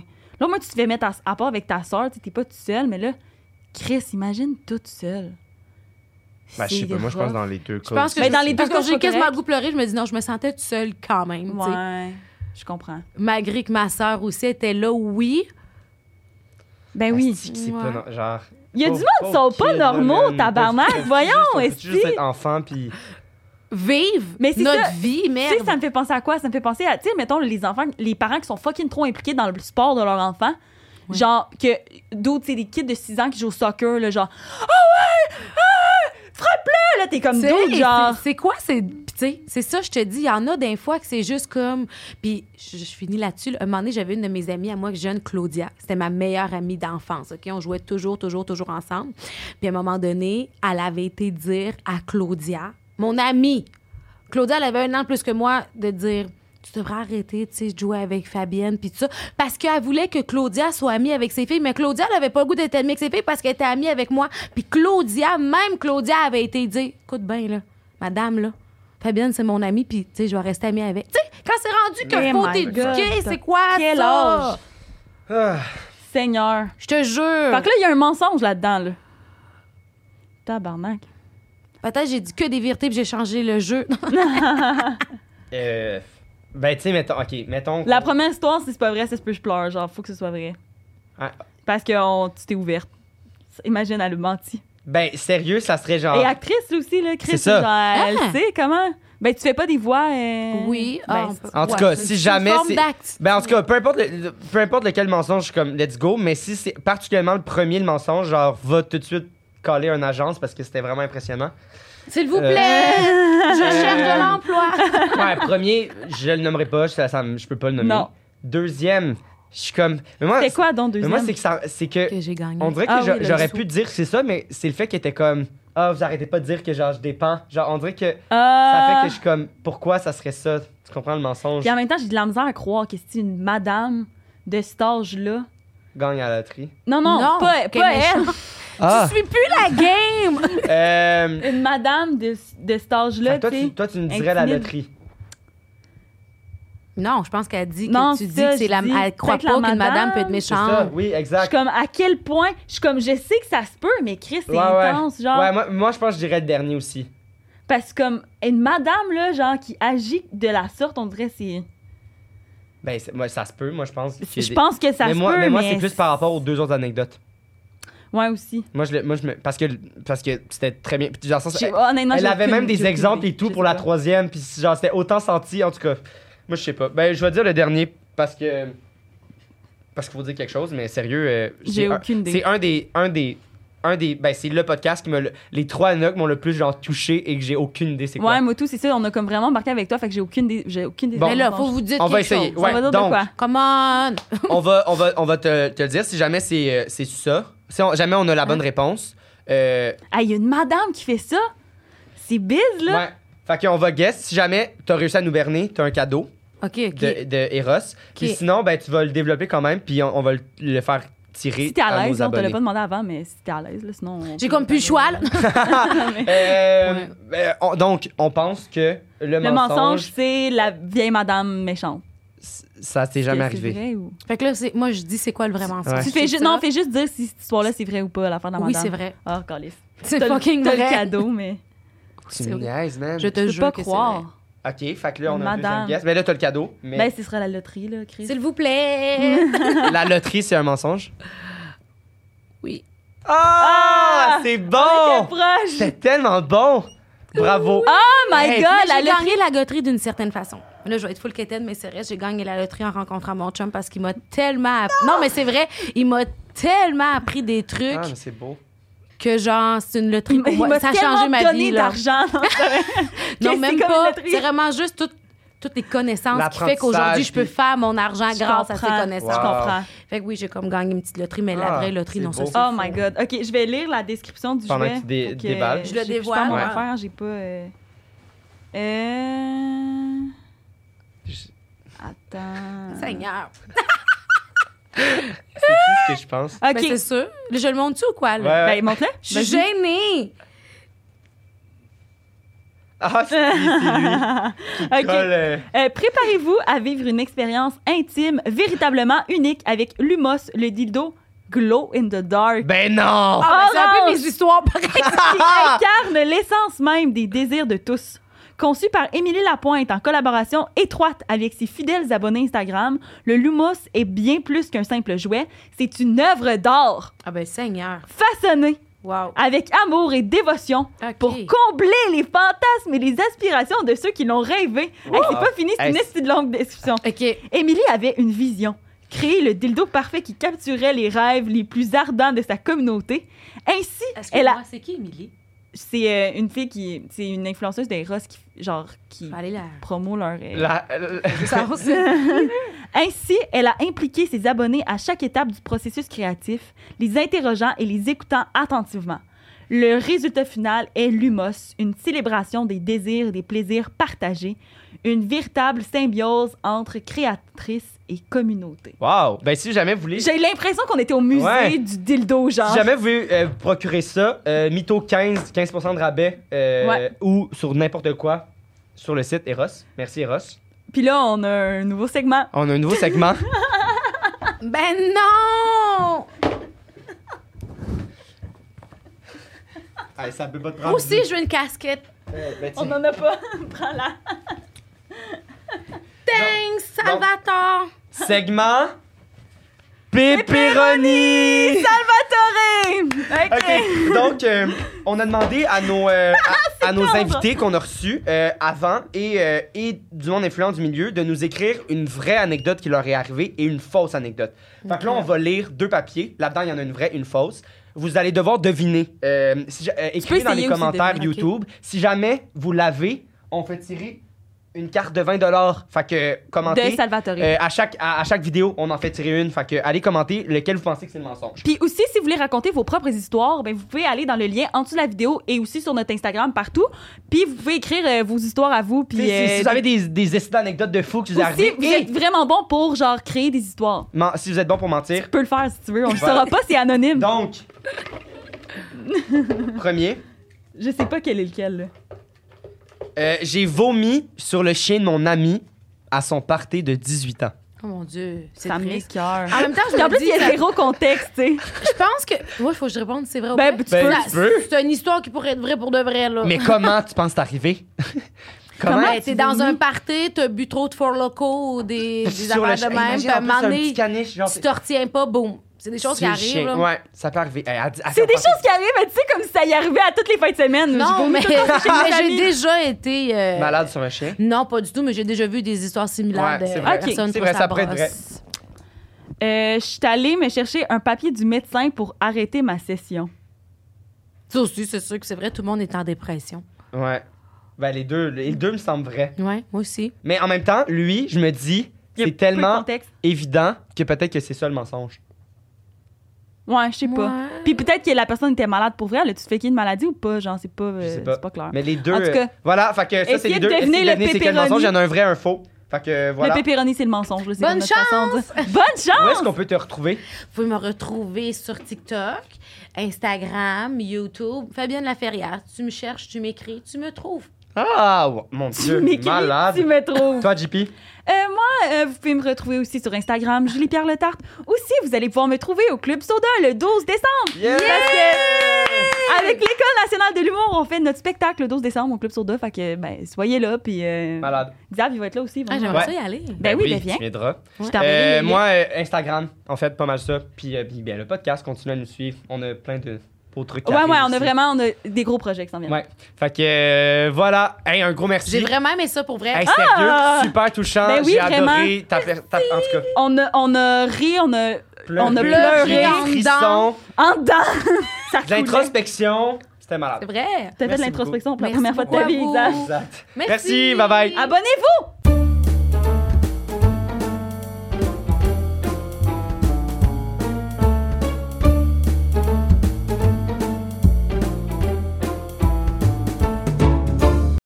Là, moi, tu te fais mettre à part avec ta soeur, tu t'es pas tout seul, mais là, Chris, imagine toute seule. Ben, je sais pas, moi, je pense dans les deux cas. Je pense que, Mais dans les deux cas, j'ai c'est quasiment correct. le goût de pleurer. Je me dis non, je me sentais toute seule quand même. tu sais. Ouais, je comprends. Malgré que ma sœur aussi était là, oui. Ben oui. Asti que c'est Ouais. pas genre. Il y a du pauvre- monde qui sont pauvre pas kid, là, normaux, man. tabarnak. Faut-tu Voyons, juste- faut-tu juste esti. être enfant, puis. Vivre Mais c'est notre ça. vie, Tu merde. sais, ça me fait penser à quoi? Ça me fait penser à, tu sais, mettons, les parents qui sont fucking trop impliqués dans le sport de leur enfant. Ouais. Genre, que d'autres, c'est des kids de 6 ans qui jouent au soccer, là, genre, ah ouais! Ah! Frappe-le! Là, t'es comme Tu sais, d'autres, genre. c'est quoi? Tu sais, c'est ça, je te dis. Il y en a des fois que c'est juste comme. Puis, je finis là-dessus. Là. Un moment donné, j'avais une de mes amies à moi, jeune Claudia. C'était ma meilleure amie d'enfance. OK? On jouait toujours ensemble. Puis, à un moment donné, elle avait été dire à Claudia, mon amie, Claudia, elle avait 1 an plus que moi, de dire. Tu devrais arrêter, tu sais, de jouer avec Fabienne, puis tout ça. Parce qu'elle voulait que Claudia soit amie avec ses filles. Mais Claudia, elle avait pas le goût d'être amie avec ses filles parce qu'elle était amie avec moi. Puis Claudia, même Claudia avait été dire, écoute bien, là, madame, là, Fabienne, c'est mon amie, puis, tu sais, je vais rester amie avec. Tu sais, quand c'est rendu que Oh faut my t'éduquer, God. c'est quoi Quel ça? âge? Ah. Seigneur. Je te jure. Fait que là, il y a un mensonge là-dedans, là. Tabarnak. Peut-être j'ai dit que des vérités, puis j'ai changé le jeu. Ben, tu sais, mettons. La première histoire, si c'est pas vrai, ça se peut que je pleure. Genre, faut que ce soit vrai. Ah. Parce que tu t'es ouverte. Imagine, elle a menti. Ben, sérieux, ça serait genre. Et actrice là aussi, là, Chris, C'est ça. genre, elle Ah. sait comment. Ben, tu fais pas des voix. Oui. Ben, on peut- En tout ouais, cas, c'est si une jamais forme c'est- d'acte. Ben, en tout cas, peu importe lequel mensonge, je suis comme, let's go. Mais si c'est particulièrement le premier, le mensonge, genre, va tout de suite caler une agence parce que c'était vraiment impressionnant. S'il vous plaît, je cherche de l'emploi. Ouais, premier, je le nommerai pas, je peux pas le nommer. Non. Deuxième, je suis comme. Mais moi, C'est quoi, donc, mais deuxième? moi, c'est que. Que j'ai gagné. On dirait que Ah oui, le j'aurais saut. pu dire que c'est ça, mais c'est le fait qu'elle était comme. Ah, vous arrêtez pas de dire que genre je dépends. Genre, on dirait que ça Ah. fait que je suis comme. Pourquoi ça serait ça? Tu comprends le mensonge? Puis en même temps, j'ai de la misère à croire que c'est une madame de cet âge-là. Gagne à la loterie. Non, Non, pas quel elle. méchant. Ah! Tu suis plus la game. Une madame de cet âge-là, toi, tu sais. toi, tu me dirais la intimide. loterie. Non, je pense qu'elle dit que Non, tu dis ça, que c'est la. je dis, Elle croit peut-être la pas qu'une madame peut être madame. C'est ça, méchante. oui, Je suis exact. comme, à quel point... Je suis comme, je sais que ça se peut, mais Chris, c'est intense, genre. Ouais, moi, je pense que je dirais le dernier aussi. Parce que comme, une madame, là, genre, qui agit de la sorte, on dirait, c'est... Ben, moi, ça se peut, moi, je pense. Je pense que ça mais se moi, peut, mais moi, c'est plus par rapport aux 2 autres anecdotes. Ouais, aussi. Moi, parce que c'était très bien. Puis, genre, ça, Honnêtement, elle j'ai avait aucune- même des j'ai aucune exemples idée. et tout Je pour sais la pas. troisième. Puis, genre, c'était autant senti. En tout cas, moi, je sais pas. Ben, je vais dire le dernier parce qu'il faut dire quelque chose, mais sérieux. J'ai aucune idée. C'est ben, c'est le podcast qui les 3 anecdotes m'ont le plus, genre, touché et que j'ai aucune idée c'est quoi. Ouais, moi tout, c'est ça. On a comme vraiment embarqué avec toi, fait que j'ai aucune idée. Bon. Mais là, faut vous dire On va quelque essayer. chose. Ouais, On va dire de donc, quoi? Come on. on va te le dire si jamais c'est ça. Si jamais on a la bonne réponse. Ah, il y a une madame qui fait ça. C'est biz, là. Ouais. Fait qu'on va guess. Si jamais t'as réussi à nous berner, t'as un cadeau OK. de Eros. Puis Ok. sinon, ben, tu vas le développer quand même, puis on va le faire tirer Si t'es à l'aise, nos on te l'a abonnés. pas demandé avant, mais si t'es à l'aise, là, sinon. J'ai comme plus le choix, là. Donc, on pense que le Le mensonge, mensonge, c'est la vieille madame méchante. ça s'est jamais C'est arrivé. vrai ou... Fait que là, moi, je dis c'est quoi le vrai mensonge. Ouais. Tu fais juste, non, fais juste dire si cette histoire-là, c'est vrai ou pas, à la fin de la Oui, madame. c'est vrai. Ah, calice. C'est T'as le- fucking t'as vrai. le cadeau, mais Tu C'est me vrai. niaises, man. Je te je peux jure pas que c'est croire. OK, fait que là, on a un Madame. deuxième guess. Mais là, t'as le cadeau. Mais Ben, ce sera la loterie, là, Chris. vrai. S'il vous plaît. la loterie, c'est un mensonge? Oui. Ah! C'est On était bon! proche! C'est tellement bon! Bravo! Oh my Hey, God, Mais la j'ai loterie! gagné la loterie d'une certaine façon. Là, je vais être full quétaine, mais c'est vrai, j'ai gagné la loterie en rencontrant mon chum parce qu'il m'a tellement... Non, mais c'est vrai, il m'a tellement appris des trucs Ah, mais c'est beau. que, genre, c'est une loterie pour Il moi. m'a Ça a tellement changé ma donné vie, là. d'argent. Non, Que même c'est comme une pas. loterie. C'est vraiment juste toutes les connaissances qui fait qu'aujourd'hui, je peux puis- faire mon argent Je grâce à ces comprends. connaissances. Je comprends. Fait que oui, j'ai comme gagné une petite loterie, mais la Ah, vraie loterie, c'est non, ça, beau. c'est Oh faux. my God. OK, je vais lire la description du Pendant jouet. que tu Faut que- déballes. Je le j'ai- dévoile, Je suis pas ouais. mon affaire, j'ai pas... Attends... Seigneur. C'est tout ce que je pense. OK. Ben, c'est sûr. Là, je le montre-tu ou quoi, là? Ouais. Ben, montre-le. Je suis gênée. Ah, c'est lui qui Ok. colle. Préparez-vous à vivre une expérience intime véritablement unique avec Lumos, le dildo Glow in the Dark. Ben non! Ah, c'est un peu Orange. mes histoires, pareil. Qui incarne l'essence même des désirs de tous. Conçu par Émilie Lapointe en collaboration étroite avec ses fidèles abonnés Instagram, le Lumos est bien plus qu'un simple jouet. C'est une œuvre d'art Ah ben, Seigneur. façonnée Wow. avec amour et dévotion OK. pour combler les fantasmes et les aspirations de ceux qui l'ont rêvé. Hey, c'est pas fini, c'est Hey, une esti de longue description. OK. Émilie avait une vision. Créer le dildo parfait qui capturait les rêves les plus ardents de sa communauté. Ainsi, elle a... C'est qui, Émilie? C'est une fille qui... C'est une influenceuse d'Eros qui Allez là. promo leur... Ça, Ainsi, elle a impliqué ses abonnés à chaque étape du processus créatif, les interrogeant et les écoutant attentivement. Le résultat final est Lumos, une célébration des désirs et des plaisirs partagés, une véritable symbiose entre créatrice et communauté. Wow! Ben, si jamais vous voulez. J'ai l'impression qu'on était au musée Ouais. du dildo, genre. Si jamais vous voulez vous procurer ça, Mytho 15% de rabais Ouais. ou sur n'importe quoi sur le site Eros. Merci Eros. Puis là, on a un nouveau segment. On a un nouveau segment. Ben non! Hey, ça peut pas te Moi aussi, je veux une casquette. Ben, On n'en a pas. Prends-la. Thanks, Salvatore. Segment Pepperoni! Salvatore! OK. OK, donc on a demandé à nos tendre. invités qu'on a reçus avant et du monde influent du milieu de nous écrire une vraie anecdote qui leur est arrivée et une fausse anecdote. Fait que là, on va lire 2 papiers. Là-dedans, il y en a une vraie, une fausse. Vous allez devoir deviner. Écrivez dans les essayer aussi commentaires de deviner, YouTube. Si jamais vous l'avez, on fait tirer une carte de 20$. Fait que commentez. De Salvatore. À chaque vidéo, on en fait tirer une. Fait que allez commenter lequel vous pensez que c'est le mensonge. Puis aussi, si vous voulez raconter vos propres histoires, ben vous pouvez aller dans le lien en dessous de la vidéo et aussi sur notre Instagram, partout. Puis vous pouvez écrire vos histoires à vous. Puis Si vous avez des essais d'anecdotes de fous qui vous aussi, arrivent, vous êtes vraiment bon pour genre créer des histoires. si vous êtes bon pour mentir. Tu peux le faire si tu veux. On le Voilà. saura pas, c'est anonyme. Donc, premier, Je sais pas quel est lequel. Là. j'ai vomi sur le chien de mon ami à son party de 18 ans. Oh mon Dieu, c'est Ça triste. m'écoeure. En même temps, je Puis en me plus, dis, il y a ça- zéro contexte, tu sais. je pense que... Ouais, il faut que je réponde, c'est vrai ou Ben, pas? tu Ben, peux. tu peux. C'est une histoire qui pourrait être vraie pour de vrai, là. Mais comment tu penses t'arriver? Comment Ben, tu t'es dans vomis? un party, t'as bu trop de Four Loko ou des Sur le affaires chien. de même, Imagine, puis à en un plus, moment un donné, petit caniche, genre, tu te retiens pas, boum. C'est des choses qui sur le arrivent, chien. là. Ouais, ça peut arriver. C'est des choses qui arrivent, mais tu sais, comme si ça y arrivait à toutes les fins de semaine. Je Non, vomis mais, tout le temps chez mes mais j'ai amis. déjà été... Malade sur un chien. Non, pas du tout, mais j'ai déjà vu des histoires similaires Ouais, de c'est vrai. Ok. personnes C'est pour vrai, sa ça pourrait être brosse. Je suis allée me chercher un papier du médecin pour arrêter ma session. Ça aussi, c'est sûr que c'est vrai, tout le monde est en dépression. Ouais. Ben, les deux me semblent vrais. Ouais, moi aussi. Mais en même temps, lui, je me dis, Il y a c'est peu de tellement contexte. évident que peut-être que c'est ça le mensonge. Ouais, je sais pas. Ouais. Puis peut-être que la personne était malade pour vrai. Elle a-tu fait une maladie ou pas? Genre, c'est pas, Je sais pas. c'est pas clair. Mais les deux. En tout cas, voilà, fait que ça, c'est essayez les de deux. deviner Essayez de le deviner c'est quel pepperoni. mensonge. Il y en a un vrai, un faux. Fait que voilà. Le pepperoni, c'est le mensonge. là, c'est Bonne comme notre façon de dire. Bonne Où chance! est-ce qu'on peut te retrouver? Vous pouvez me retrouver sur TikTok, Instagram, YouTube. Fabienne Laferrière, tu me cherches, tu m'écris, tu me trouves. Ah, mon Tu Dieu, m'écris, malade. tu me trouves. Toi, JP? Moi, vous pouvez me retrouver aussi sur Instagram, Julie-Pierre Letarte. Aussi, vous allez pouvoir me trouver au Club Soda le 12 décembre. Yeah! Parce que, avec l'École nationale de l'humour, on fait notre spectacle le 12 décembre au Club Soda. Fait que, ben, soyez là. Puis, Malade. Xav, il va être là aussi. il va Ah, nous j'aimerais Ouais. ça y aller. Ben oui, ben viens. Tu viendras. Je t'enverrai les liens. Moi, Instagram, en fait, pas mal ça. Puis bien, le podcast, continuez à nous suivre. On a plein de beaux trucs qui Ouais, arrivent on a aussi. vraiment des gros projets qui s'en viennent. Ouais. Fait que voilà. Hey, un gros merci. J'ai vraiment aimé ça pour vrai. Hey, sérieux, Ah! super touchant. Ben oui, J'ai vraiment. adoré en tout cas. On a ri, on a On a pleuré. J'ai des en frissons, en dedans. Ça de coulait. l'introspection. C'était malade. C'est vrai. T'as fait de Merci l'introspection pour la Merci première fois de ta beaucoup vie, à vous. Xav. Exact. Merci. Merci, bye bye. Abonnez-vous!